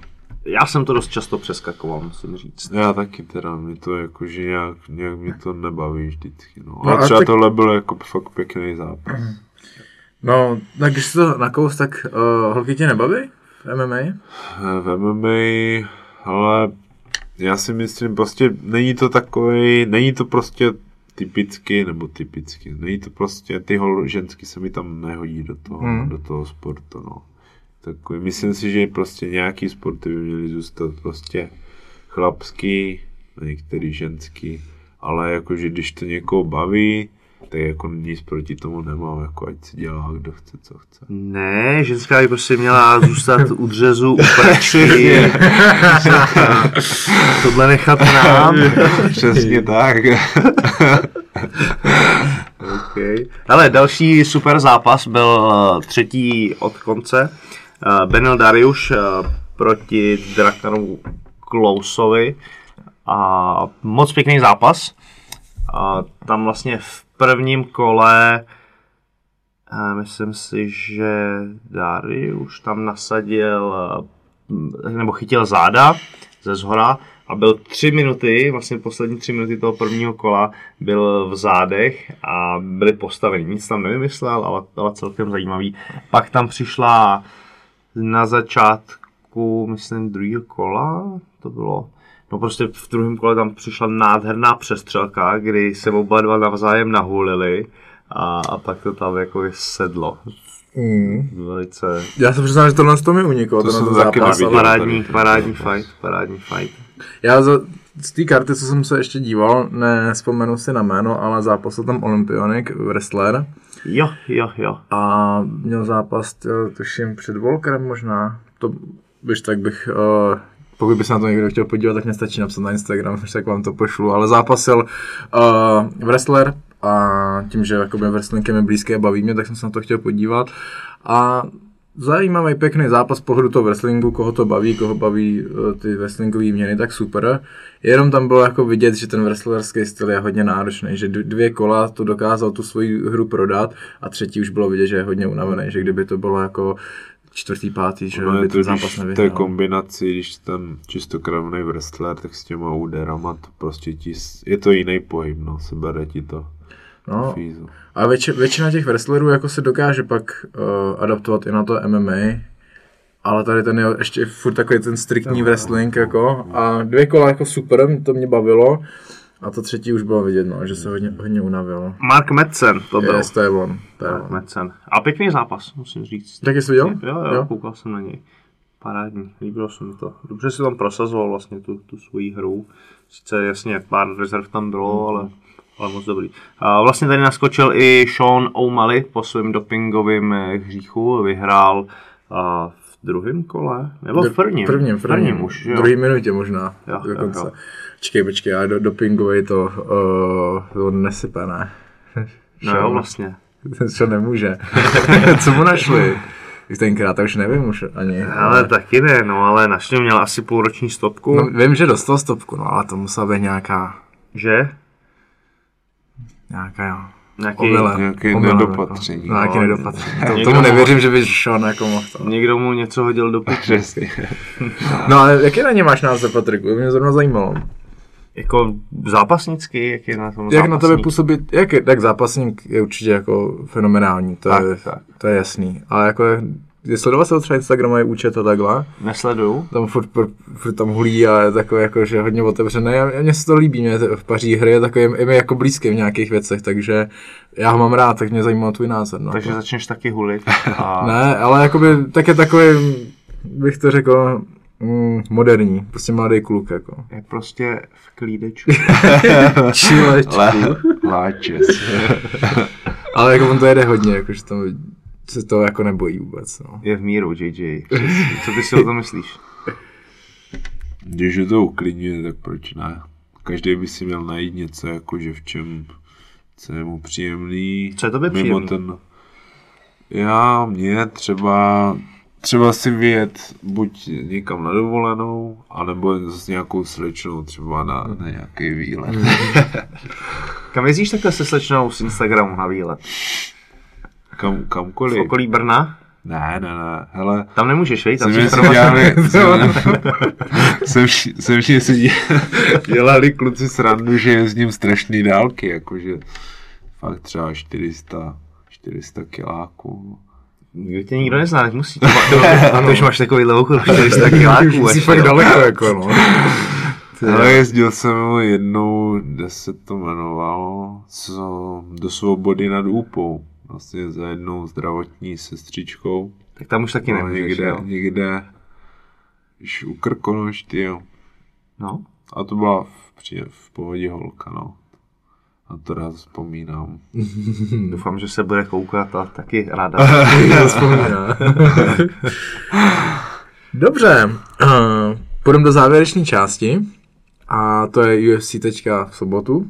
Já jsem to dost často přeskakoval, musím říct. Já taky teda, mi to jakože nějak mě to nebaví vždycky, no. A třeba tohle byl jako fakt pěkný zápas. No, tak když to nakous, tak holky tě nebaví v MMA? V MMA, ale já si myslím, prostě není to prostě typicky, není to prostě, ty ženský se mi tam nehodí do toho sportu, no. Takový, myslím si, že prostě nějaký sporty by měly zůstat prostě chlapský, některý ženský, ale jakože když to někoho baví, tak jako nic proti tomu nemám, jako ať si dělá, kdo chce, co chce. Ne, ženská by prostě měla zůstat u dřezu, u pračky. Tohle nechat nám. Přesně tak. Okay. Ale další super zápas byl třetí od konce. Beneil Dariush proti Drakanu Klausovi. A moc pěkný zápas. A tam vlastně v prvním kole myslím si, že Dariush tam nasadil nebo chytil záda ze zhora a byl 3 minuty, vlastně poslední 3 minuty toho prvního kola byl v zádech a byli postaveni. Nic tam nevymyslel, ale celkem zajímavý. Pak tam přišla na začátku, myslím, druhého kola, to bylo, no prostě v druhém kole tam přišla nádherná přestřelka, kdy se oba dva navzájem nahulili a pak to tam jako sedlo. Velice. Já se přiznám, že tohle z toho mi uniklo. To jsem taky zápas, neviděl. Parádní fight. Já z té karty, co jsem se ještě díval, nevzpomenu si na jméno, ale zápasil tam Olympionik, wrestler. Jo. A měl zápas, tuším, před Volkerem možná. To víš, tak bych, pokud by se na to někdo chtěl podívat, tak mě stačí napsat na Instagram, tak vám to pošlu. Ale zápasil wrestler a tím, že jakoby wrestling je mi blízké a baví mě, tak jsem se na to chtěl podívat. A zajímavý, pěkný zápas z pohledu toho wrestlingu, koho baví ty wrestlingové měny, tak super. Jenom tam bylo jako vidět, že ten wrestlerský styl je hodně náročný, že 2 kola to dokázal tu svoji hru prodat a třetí už bylo vidět, že je hodně unavený, že kdyby to bylo jako 4., 5., že by ten zápas nevyhrál. V té kombinaci, když ten čistokrevný wrestler, tak s těma úderama to prostě je to jiný pohyb, no, sebere ti to. No, a většina těch wrestlerů jako se dokáže pak adaptovat i na to MMA, ale tady ten je ještě furt takový ten striktní wrestling jako a 2 kola jako super, to mě bavilo a to třetí už bylo vidět, no, že se hodně unavilo. Mark Madsen to byl. To je on. Mark Madsen. A pěkný zápas, musím říct. Tak jsi viděl? Jo, koukal jsem na něj. Parádní, líbilo se mi to. Dobře si tam prosazoval vlastně tu svoji hru. Sice jasně pár rezerv tam bylo, ale moc dobrý. A vlastně tady naskočil i Sean O'Malley po svém dopingovém hříchu. Vyhrál v druhém kole? Nebo v prvním? Prvním už, jo. V druhé minutě možná. Jo. Počkej, ale dopingový to nesype, ne? No jo, vlastně. Co nemůže. Co mu našli? Tenkrát, už nevím už ani. Ale taky ne, no, ale našli měl asi půlroční stopku. No, vím, že dostal stopku, no, ale to musela být nějaká... Že? Nějaká, jo. Nějaké nedopatření. No, nějaké nedopatření. Tomu nevěřím, že by Sean jako mohl to. Někdo mu něco hodil do piči. No, ale jaký na ně máš názor, Patriku? Mě zrovna zajímalo. Jako zápasnický, jak je na tom Jak na tebe působí, tak zápasník je určitě jako fenomenální, to je jasný. Ale jako sledoval se třeba Instagramu je účet a takhle? Nesleduju. Tam furt tam hulí a je takový jako, že hodně otevřený. Mně se to líbí, mě v Paří hry je takový, je mi jako blízký v nějakých věcech, takže já ho mám rád, tak mě zajímal tvůj názor. No. Takže začneš taky hulit. A... Ne, ale jakoby tak je takový, bych to řekl, moderní, prostě mladý kluk, jako. Je prostě v klídečku. Čilečku. Láčes. Ale jako on to jede hodně, jako, že tam se to jako nebojí vůbec, no. Je v míru, JJ. Co ty si o tom myslíš? Když je to uklidňuje, tak proč ne? Každý by si měl najít něco, jakože v čem co je mu příjemný. Co je tobě příjemný? Mě třeba si vyjet buď někam na dovolenou, anebo s nějakou slečnou třeba na nějaký výlet. Kam jezdíš takhle se slečnou z Instagramu na výlet? Kamkoliv. V okolí Brna? Ne, hele. Tam nemůžeš, vej? Tam se všichni si dělali kluci srandu, že jezdím strašný dálky, jakože fakt třeba 400 kiláků. Tě nikdo nezná, teď musí. To už máš takovýhle okolo 400 kiláků. Jsi fakt daleko, jako no. Ale jezdil jsem jednou, kde se to jmenovalo, do Svobody nad Úpou. Vlastně za jednou zdravotní sestřičkou. Tak tam už taky nemůžeš, někde u Krkonoš, tyjo. No. A to byla v Pohodě holka, no. A to rád vzpomínám. Doufám, že se bude koukat a taky ráda vzpomíná. Dobře, půjdeme do závěrečné části. A to je UFC teďka v sobotu.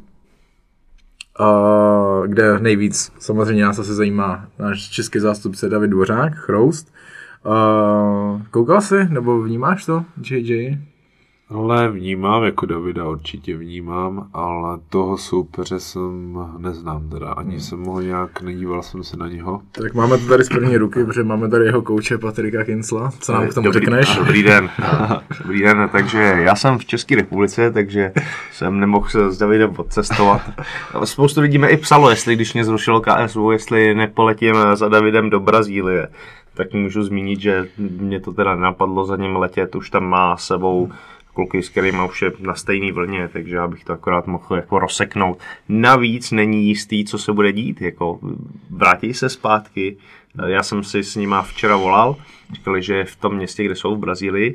Kde nejvíc samozřejmě nás asi zajímá náš český zástupce David Dvořák, Chroust. Koukal jsi, nebo vnímáš to, JJ? Ale vnímám, jako Davida určitě vnímám, ale toho soupeře jsem neznám teda, ani jsem ho nějak, nedíval jsem se na něho. Tak máme to tady z první ruky, protože máme tady jeho kouče Patrika Kincla. Co nám k tomu řekneš? Dobrý den. Dobrý den, takže já jsem v České republice, takže jsem nemohl s Davidem odcestovat. Spoustu lidí mi i psalo, jestli když mě zrušilo KSU, jestli nepoletím za Davidem do Brazílie. Tak můžu zmínit, že mě to teda nenapadlo za ním letět, už tam má s sebou kluky, s kterými už je na stejné vlně, takže já bych to akorát mohl jako rozseknout. Navíc není jistý, co se bude dít, jako vrátí se zpátky. Já jsem si s nima včera volal, říkali, že v tom městě, kde jsou v Brazílii,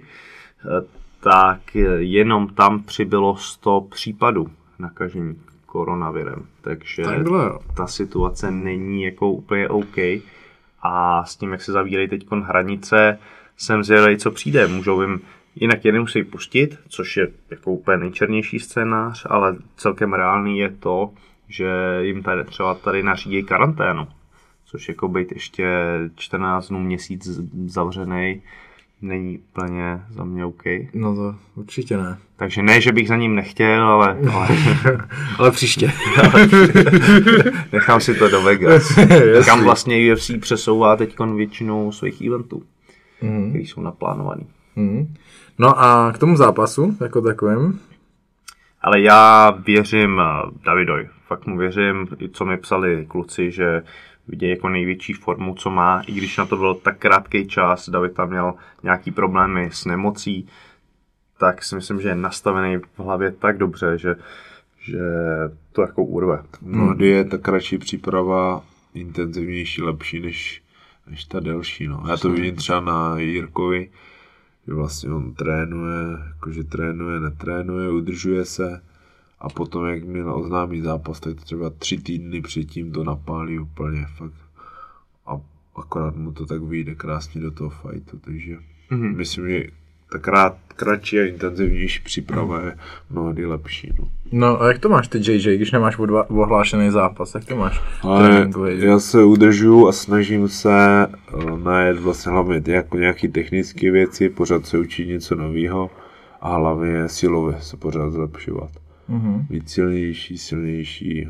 tak jenom tam přibylo 100 případů nakažení koronavirem, takže ta situace není jako úplně OK. A s tím, jak se zavírají teď hranice, jsem zvědavý, co přijde. Můžou jim, jinak je nemusí pustit, což je jako úplně nejčernější scénář, ale celkem reálný je to, že jim tady třeba tady nařídí karanténu, což jako být ještě 14 dnů, měsíc zavřený, není úplně za mě OK. No to určitě ne. Takže ne, že bych za ním nechtěl, ale ale příště. Nechám si to do Vegas. Kam vlastně UFC přesouvá teď většinou svých eventů, které jsou naplánovaný. No a k tomu zápasu, jako takovým? Ale já věřím Davidovi. Fakt mu věřím, co mi psali kluci, že vidějí jako největší formu, co má, i když na to byl tak krátký čas, David tam měl nějaký problémy s nemocí, tak si myslím, že je nastavený v hlavě tak dobře, že to jako urve. Mnohdy je ta kratší příprava intenzivnější, lepší než ta delší. No. Já to vidím třeba na Jirkovi, že vlastně on trénuje, jakože trénuje, netrénuje, udržuje se a potom, jak měl oznámí zápas, tak třeba 3 týdny předtím to napálí úplně fakt. A akorát mu to tak vyjde krásně do toho fightu, takže myslím, že ta kratší a intenzivnější příprava je mnohdy lepší. No a jak to máš ty JJ, když nemáš ohlášený zápas, jak to máš? Ale já se udržuju a snažím se najet vlastně hlavně jako nějaké technické věci, pořád se učit něco nového a hlavně silově se pořád zlepšovat. Být silnější.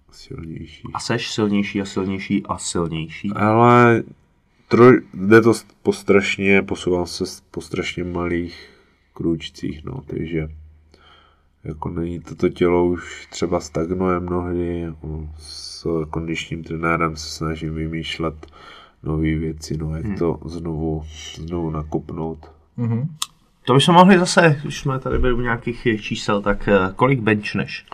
A seš silnější a silnější a silnější. Ale jde to posouvám se po strašně malých krůčcích, no, takže jako není toto tělo už třeba stagnuje mnohdy, s kondičním trenérem se snažím vymýšlet nové věci, no, jak to znovu nakopnout. To bychom mohli zase, když jsme tady byli u nějakých čísel, tak kolik benchneš?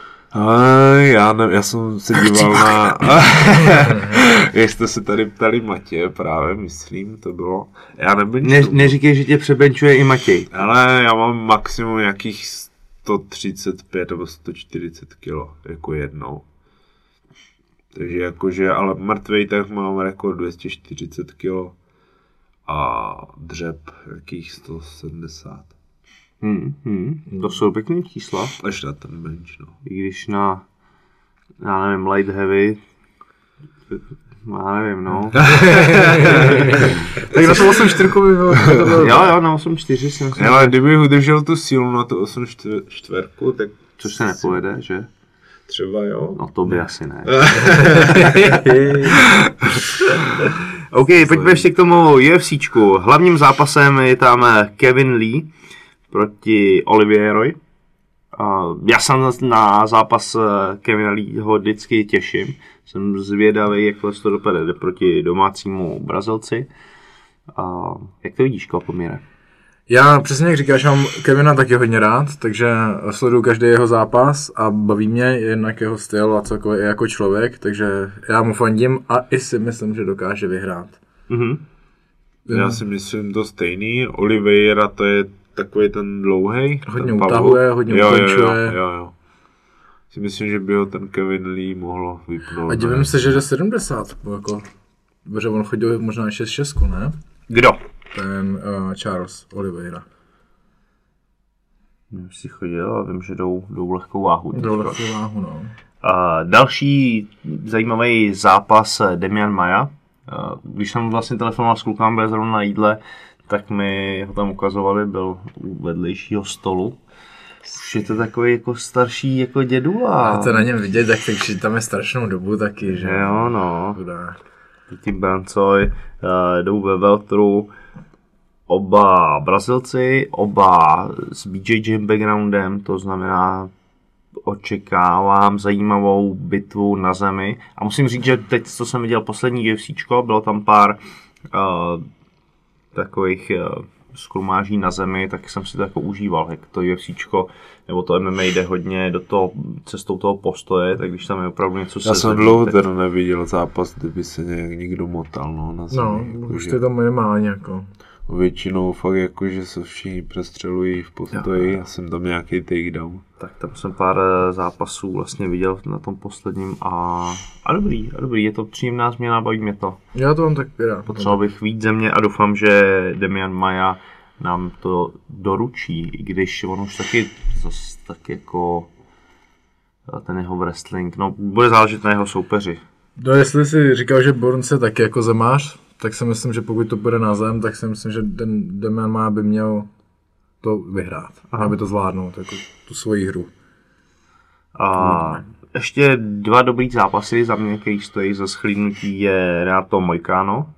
Já jsem se díval na... Jak jste se tady ptali Matěje právě, myslím, to bylo. Já neříkej, že tě přebenčuje i Matěj. Ale já mám maximum nějakých 135 nebo 140 kilo, jako jednou. Takže jakože, ale mrtvej tak mám rekord 240 kilo a dřep jakých 170. To jsou pěkný čísla. Až na ten bench, no. I když na, já nevím, light heavy, já nevím, no. Tak na to 8.4 by bylo. Jo, na 8.4 jsem si... Ale kdybych udržel tu sílu na to 8.4, tak... Což se nepovede, že? Třeba jo. No to by asi ne. OK, pojďme ještě k tomu UFCčku. Hlavním zápasem je tam Kevin Lee proti Olivierovi. Já jsem na zápas Kevina Leeho vždycky těším. Jsem zvědavý, jak to dopadne proti domácímu Brazilci. Jak to vidíš, Klapomíre? Já přesně jak říkáš, mám Kevina taky hodně rád, takže sleduju každý jeho zápas a baví mě jednak jeho styl a celkově i jako člověk, takže já mu fandím a i si myslím, že dokáže vyhrát. Já si myslím to stejný. Oliveira to je takový ten dlouhej. Hodně utahuje, hodně ukončuje. Jo. Si myslím, že by ho ten Kevin Lee mohl vypnout. A divím se, že jde 70, jako, protože on chodil možná 6-6, ne? Kdo? Ten Charles Oliveira. Nevím, si chodil, ale vím, že jdou lehkou váhu. No. Další zajímavý zápas Demian Maia. Když jsem vlastně telefonoval s klukám, byl zrovna na jídle, tak mi ho tam ukazovali, byl u vedlejšího stolu. Už je to takový jako starší jako dědula. A to na něm vidět, takže tam je strašnou dobu taky, že? Jo, no. Chudák. Tím Brancoj jdou ve Welteru, oba Brazilci, oba s BJJ backgroundem, to znamená očekávám zajímavou bitvu na zemi. A musím říct, že teď, co jsem viděl poslední UFCčko, bylo tam pár takových skrumáží na zemi, tak jsem si to jako užíval, jak to UFCčko nebo to MMA jde hodně do toho, cestou toho postoje, tak když tam je opravdu něco Já jsem dlouho teda neviděl zápas, kdyby se nějak někdo motal, no, na zemi. No, jako, už to tam minimálně jako. Většinou fakt jako, že se všichni přestřelují v postoji a jsem tam nějaký takedown. Tak tam jsem pár zápasů vlastně viděl na tom posledním a dobrý, je to příjemná změna, baví mě to. Já to mám tak rád. Potřeboval bych víc země a doufám, že Demian Maia nám to doručí, i když on už taky zase tak jako ten jeho wrestling, no bude záležet na jeho soupeři. No jestli si říkal, že Burns je taky jako zemář, tak si myslím, že pokud to bude na zem, tak si myslím, že Demian Maia by měl to vyhrát, aby to zvládnout, jako tu svoji hru. A ještě dva dobrý zápasy za mě, který stojí za shlídnutí, je Renato Moicano.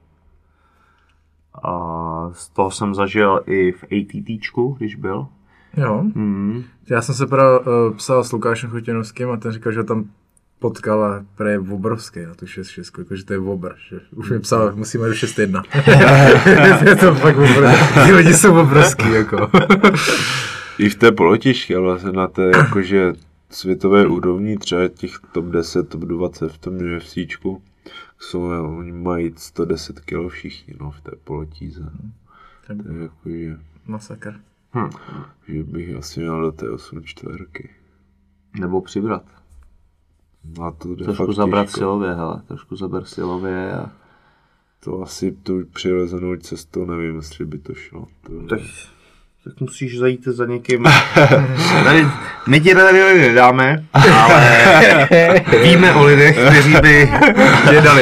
A z toho jsem zažil i v ATTčku, když byl. Jo. Já jsem se psal s Lukášem Chotěnovským a ten říkal, že tam potkal a je obrovský na tu 6-6, jakože to je obr, že už mi psal, musíme do 6-1. Je to fakt obrovský, ty lidi jsou obrovský, jako. I v té polotěžké vlastně na té jakože světové úrovni, třeba těch top 10, top 20 v tom UFCčku, oni mají 110 kg všichni, no, v té polotíze. To je jakože... Masakr. Že bych asi měl do té 8/4. Nebo přibrat. A to jde trošku fakt zabrat těžko. silově, hele, trošku zaber silově a... To asi tu přirozenou cestou nevím, jestli by to šlo. Tak musíš zajít za někým. Tady, my ti tady nedáme, ale víme o lidech, kteří by je dali.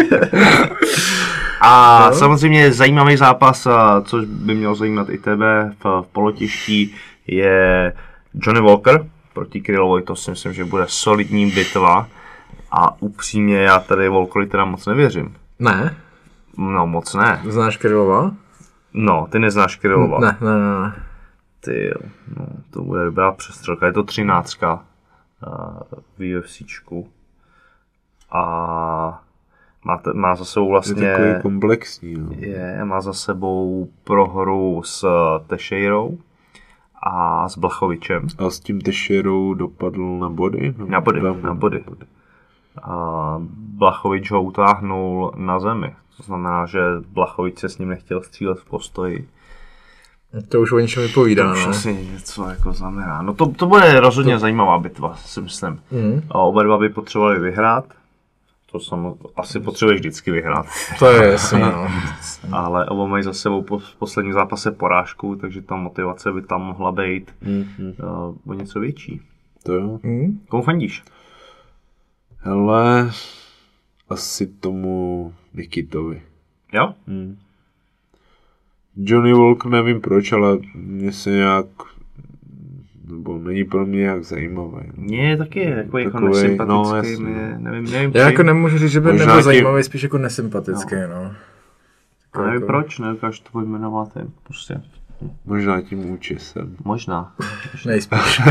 A samozřejmě zajímavý zápas, což by mělo zajímat i tebe v polotěžký, je Johnny Walker proti Krylovi. To si myslím, že bude solidní bitva. A upřímně já tady Walkerovi teda moc nevěřím. Ne? No moc ne. Znáš Krylova? No, ty neznáš Krylova. Ne. Ty jo, no, to bude dobrá přestřelka. Je to 13 v UFCčku. A má za sebou vlastně... Je takový komplexní, no. Má za sebou prohru s Teixeirou a s Blachovičem. A s tím Teixeirou dopadl na body? Na body. A Blachovič ho utáhnul na zemi. To znamená, že Blachovič se s ním nechtěl střílet v postoji. To už o něčem vypovídá, to už asi něco jako znamená. No to bude rozhodně zajímavá bitva, si myslím. A oba dva by potřebovali vyhrát. To asi potřebuješ vždycky vyhrát. To je jasný, no. Ale oba mají za sebou v posledním zápase porážku, takže ta motivace by tam mohla být o něco větší. To jo. Komu fandíš? Hele, asi tomu Nikitovi. Jo? Johnny Walker nevím proč, ale mě se nějak, nebo není pro mě nějak zajímavý. Mně taky jako nesympatický, nevím. Já jako nemůžu říct, že by nebyl zajímavý, spíš jako nesympatický, no. A nevím proč, nedokážu to pojmenovat, prostě. Možná tím účesem. Možná. Nejspíš.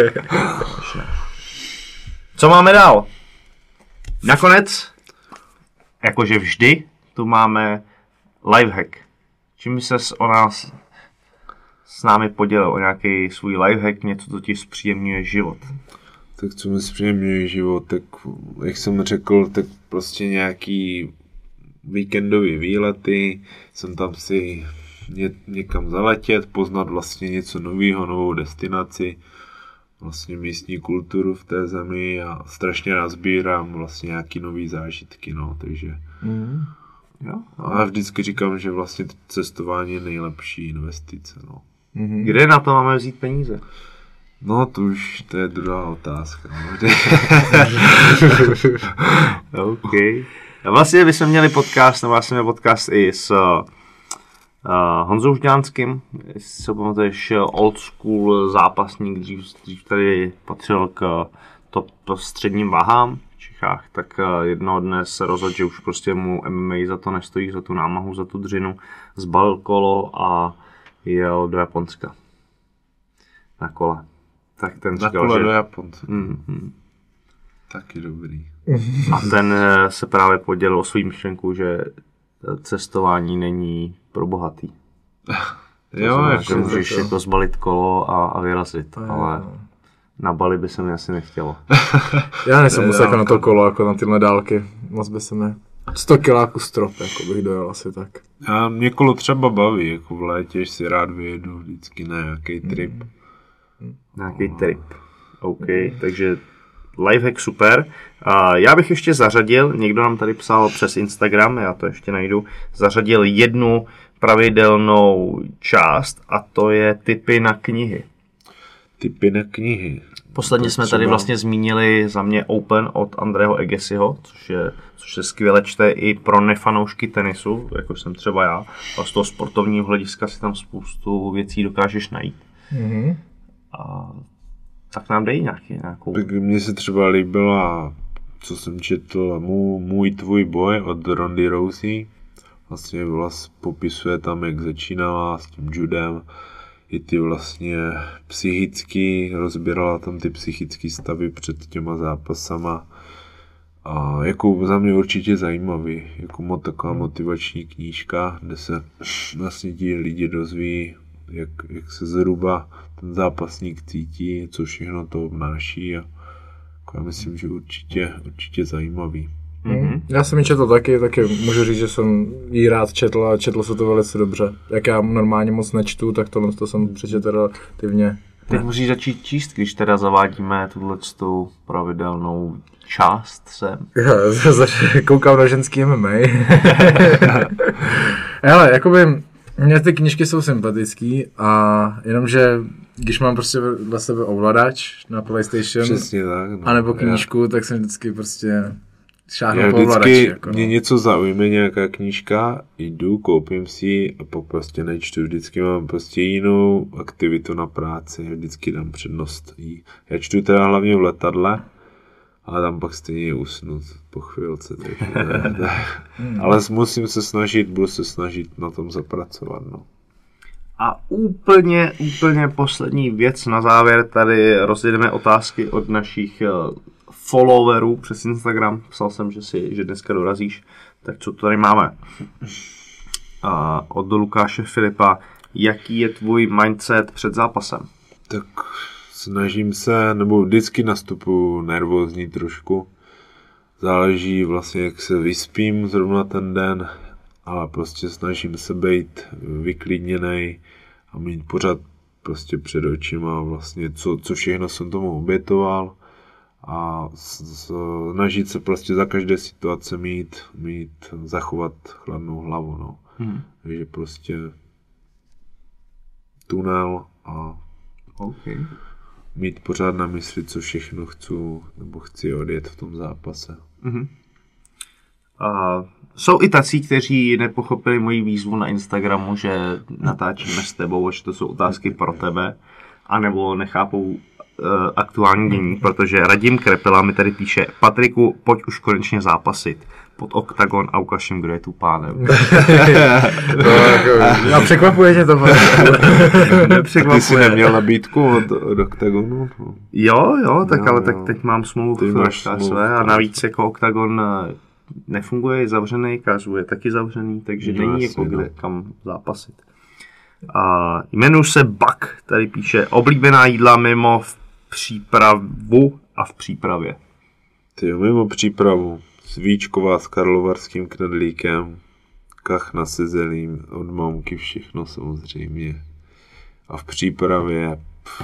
Co máme dál? Nakonec, jakože vždy, tu máme lifehack. Čím by ses o nás s námi podělil, o nějaký svůj lifehack, něco, co ti zpříjemňuje život? Tak co mi zpříjemňuje život, tak jak jsem řekl, tak prostě nějaký víkendový výlety, jsem tam si někam zaletět, poznat vlastně něco nového, novou destinaci, vlastně místní kulturu v té zemi a strašně nazbírám vlastně nějaký nový zážitky, no, takže... Jo? A vždycky říkám, že vlastně cestování je nejlepší investice, no. Kde na to máme vzít peníze? No to je druhá otázka. OK. A vlastně bychom měli podcast, nebo vlastně podcast i s Honzou Žďánským, jestli se pamatuješ, old school zápasník, dřív tady patřil k top středním váhám v Čechách, tak jednoho dne se rozhodl, že už prostě mu MMA za to nestojí, za tu námahu, za tu dřinu, zbalil kolo a jel do Japonska. Na kole. Tak ten na říkal, kole že... do Japonska. Taky dobrý. A ten se právě podělil o svým myšlenku, že cestování není pro bohatý. Jo, znamená, jako že můžeš jako zbalit kolo a vyrazit, ale na Bali by se mi asi nechtělo. Já nejsem moc jako na to kolo, jako na tyhle dálky. Moc by se mi 100 kiláků strop, jako bych dojel asi tak. A mě kolo třeba baví, jako v létě, si rád vyjedu vždycky na nějaký trip. Nějaký trip. OK, takže lifehack super. Já bych ještě zařadil, někdo nám tady psal přes Instagram, já to ještě najdu, zařadil jednu pravidelnou část a to je tipy na knihy. Tipy na knihy. Posledně jsme tady vlastně zmínili za mě Open od Andreho Agassiho, což se skvěle čte i pro nefanoušky tenisu, jako jsem třeba já. A z toho sportovního hlediska si tam spoustu věcí dokážeš najít. Mm-hmm. A tak nám dej nějakou. Tak mně se třeba líbila, co jsem četl, Můj tvůj boj od Rondy Rousey. Vlastně popisuje tam, jak začínala s tím judem. I ty vlastně psychicky, rozbírala tam ty psychické stavy před těma zápasama. A jako za mě určitě zajímavý, jako taková motivační knížka, kde se vlastně ti lidi dozví, jak se zhruba ten zápasník cítí, co všechno to obnáší a jako já myslím, že určitě zajímavý. Mm-hmm. Já jsem ji četl taky můžu říct, že jsem ji rád četl a četlo se to velice dobře. Jak já normálně moc nečtu, tak to jsem přečetl relativně. Teď musíš začít číst, když teda zavádíme tuto pravidelnou část sem. Já koukám na ženský MMA. Hele, jakoby mě ty knížky jsou sympatický a jenomže když mám prostě dla sebe ovladač na PlayStation tak, no, anebo knížku, tak jsem vždycky prostě šáhnu po ovladači. Jako, mě něco zaujme, nějaká knížka, jdu, koupím si ji a pak prostě nečtu. Vždycky mám prostě jinou aktivitu na práci, vždycky dám přednost jí. Já čtu teda hlavně v letadle, ale tam pak stejně usnout po chvilce. Ale budu se snažit na tom zapracovat. No. A úplně poslední věc na závěr, tady rozjedeme otázky od našich followerů přes Instagram. Psal jsem, že dneska dorazíš. Tak co tady máme? Od Lukáše Filipa. Jaký je tvůj mindset před zápasem? Tak snažím se, nebo vždycky nastupuji nervózní trošku. Záleží vlastně, jak se vyspím zrovna ten den, ale prostě snažím se být vyklidněnej a mít pořád prostě před očima vlastně, co všechno jsem tomu obětoval a snažit se prostě za každé situace zachovat chladnou hlavu, no. Takže prostě tunel a mít pořád na mysli, co všechno chci odjet v tom zápase. Jsou i tací, kteří nepochopili moji výzvu na Instagramu, že natáčíme s tebou, že to jsou otázky pro tebe, anebo nechápou aktuální dění, protože Radim Krepela mi tady píše: Patriku, pojď už konečně zápasit. Pod oktagon a ukažím, kdo je tu pánem. Já překvapuje tě to. Ty jsi neměl nabídku od oktagonu? Jo, tak ale tak teď mám smlouvu v své a navíc jako oktagon nefunguje, je zavřený, Kazu je taky zavřený, takže není jako kde kam zápasit. Jmenuji se Bak, tady píše: oblíbená jídla mimo přípravu a v přípravě. Mimo přípravu. Svíčková s karlovarským knedlíkem, kachna se zelím, od mamky všechno samozřejmě. A v přípravě,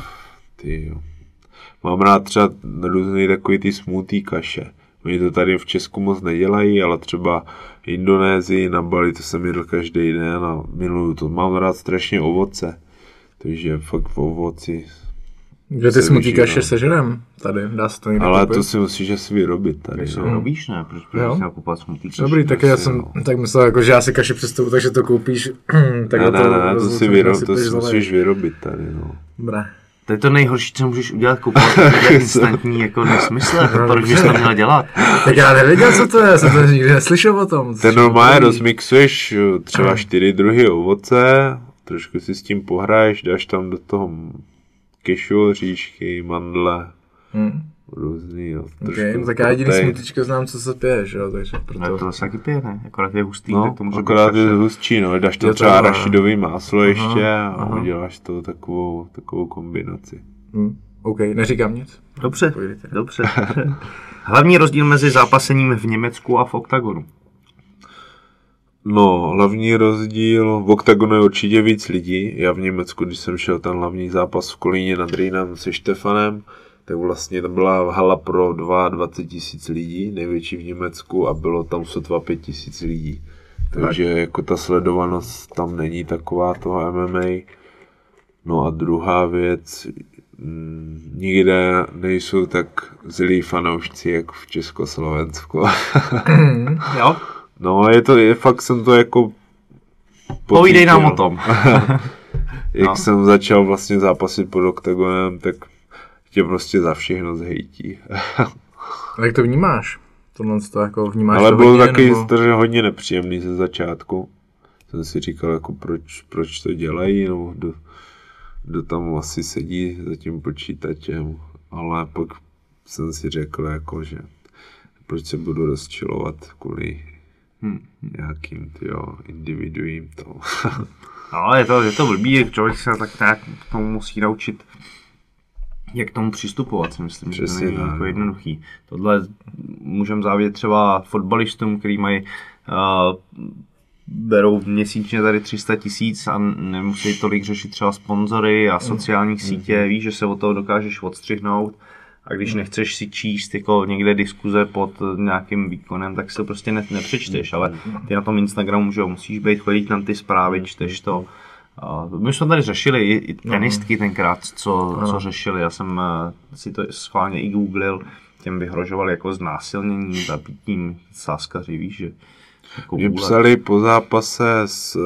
mám rád třeba různý takový ty smoothie kaše. Oni to tady v Česku moc nedělají, ale třeba v Indonésii, na Bali, to jsem jedl každý den a miluju to. Mám rád strašně ovoce, takže fakt v ovoci Kde ty smutí kaše sežerem tady, dá se to někde ale koupit? to si musíš asi vyrobit tady. Takže No. robíš, ne? Proč Jo. si nakupovat smutý kaši? Dobrý, tak já jsem tak myslel, jako, že já si kaši představu, takže to koupíš. Tak Ne, to si musíš vyrobit tady, no. Dobré. To je to nejhorší, co můžeš udělat, kupovat instantní jako nesmysl, proč bys to měl dělat? Tak já nevěděl, co to je, jsem to nikdy neslyšel o tom. Ten normálně rozmixuješ třeba 4 druhy ovoce, trošku si s tím pohraješ, dáš tam do toho kešu, říšky, mandle, různý, jo. Okay, no tak já jediný smutíčko znám, co se pije, že jo, takže proto... No, to zase taky pije, ne? Akorát je hustý, No, tak to může akorát být je hustší, no, dáš to třeba arašidový máslo ještě a uděláš to takovou kombinaci. OK, neříkám nic. Dobře, dobře. Hlavní rozdíl mezi zápasením v Německu a v oktagonu. No, hlavní rozdíl, v oktagonu je určitě víc lidí. Já v Německu, když jsem šel ten hlavní zápas v Kolíně nad Rýnem se Štefanem, tak vlastně to byla hala pro 22 000 lidí, největší v Německu, a bylo tam sotva 5 000 lidí. Takže jako ta sledovanost tam není taková toho MMA. No a druhá věc, nikde nejsou tak zlí fanoušci, jako v Československu. Jo? No, fakt jsem to jako povídej nám o tom. Jak jsem začal vlastně zápasit pod oktagonem, tak tě prostě za všechno zhejtí. A jak to vnímáš? Tohle to jako vnímáš? Ale to bylo hodně, taky nebo... hodně nepříjemný ze začátku. Jsem si říkal, jako proč to dělají, nebo kdo tam asi sedí za tím počítačem. Ale pak jsem si řekl, jako, že proč se budu rozčilovat kvůli nějakým individuím. No, je to blbý, člověk se tak nějak k tomu musí naučit, jak k tomu přistupovat, si myslím, že to není jako jednoduchý. Tohle můžeme závidět třeba fotbalistům, který mají berou měsíčně tady 300 000 a nemusí tolik řešit třeba sponzory a sociální sítě, víš, že se od toho dokážeš odstřihnout. A když nechceš si číst jako někde diskuze pod nějakým výkonem, tak si to prostě nepřečteš, ale ty na tom Instagramu, že jo, musíš být, chodit na ty zprávy, čteš to. My jsme tady řešili i tenistky tenkrát, co řešili, já jsem si to schválně i googlil, těm vyhrožovali jako znásilnění, zabitím sáskaři, víš, že jako mě psali po zápase s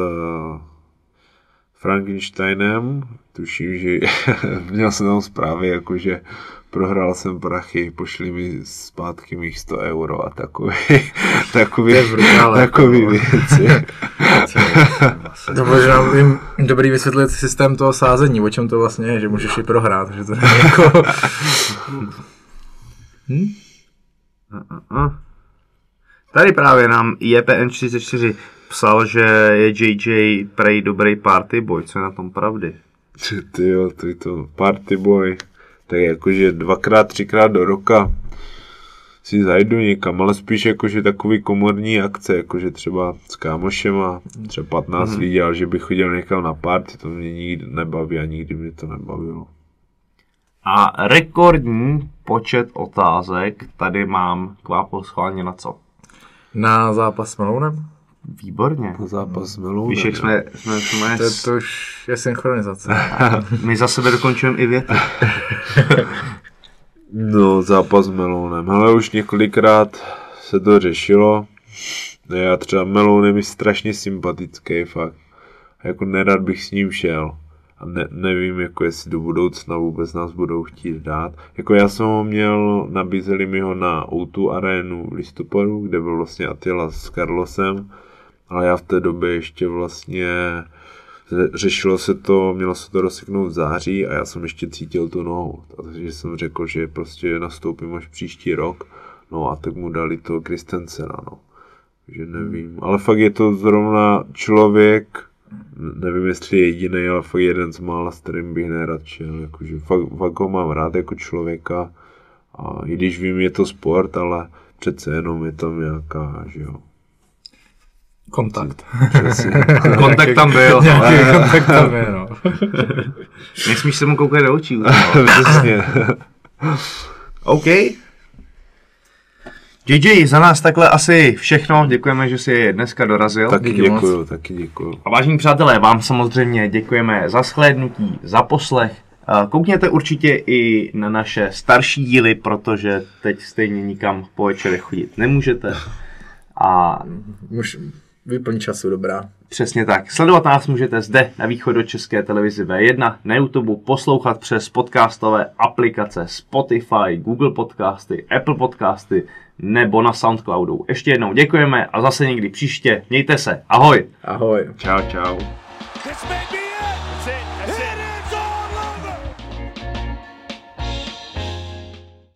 Frankensteinem, tuším, že měl jsem tam zprávy, jakože prohrál jsem prachy, pošli mi zpátky mých 100 euro a takový věci. To možná jim dobrý vysvětlit systém toho sázení, o čem to vlastně je, že můžeš i prohrát, že to není jako... Tady právě nám JPN44 psal, že je JJ prej dobrý party boy, co je na tom pravdy? Tyjo, to party boy, tak jakože 2x, 3x do roka si zajdu někam, ale spíš jakože takový komorní akce, jakože třeba s kámošema, třeba 15 lidí, ale že bych chodil někam na party, to mě nikdy nebaví a nikdy mě to nebavilo. A rekordní počet otázek tady mám Kvápol schválně na co? Na zápas s Melounem? Výborně. Na zápas s Melounem. Víš, jak jsme to už je synchronizace. My za sebe dokončujeme i věty. No, zápas s Melounem. Ale už několikrát se to řešilo. Já třeba Meloun je mi strašně sympatický, fakt. Jako nerad bych s ním šel. A nevím, jako jestli do budoucna vůbec nás budou chtít dát. Jako já jsem ho měl, nabízeli mi ho na O2 arénu v listopadu, kde byl vlastně Attila s Carlosem. Ale já v té době ještě vlastně řešilo se to, mělo se to rozseknout v září a já jsem ještě cítil tu nohu. Takže jsem řekl, že prostě nastoupím až příští rok. No a tak mu dali to Christensena, no. Takže nevím. Ale fakt je to zrovna člověk, nevím, jestli je jediný, ale fakt jeden z mála, s kterým bych nerad šel. Jakože fakt ho mám rád jako člověka. A i když vím, je to sport, ale přece jenom je tam nějaká, že jo. Kontakt. Kontakt tam byl. Nějaký kontakt tam je, no. Nesmíš se mu koukat do očí. Přesně. OK. JJ, za nás takhle asi všechno. Děkujeme, že jsi dneska dorazil. Taky děkuju. A vážení přátelé, vám samozřejmě děkujeme za shlédnutí, za poslech Koukněte určitě i na naše starší díly, protože teď stejně nikam po večerech chodit nemůžete. A vyplň času, dobrá. Přesně tak. Sledovat nás můžete zde na Východočeské televizi V1, na YouTube, poslouchat přes podcastové aplikace Spotify, Google Podcasty, Apple Podcasty nebo na Soundcloudu. Ještě jednou děkujeme a zase někdy příště. Mějte se. Ahoj. Ahoj. Čau, čau. This may be it. That's it.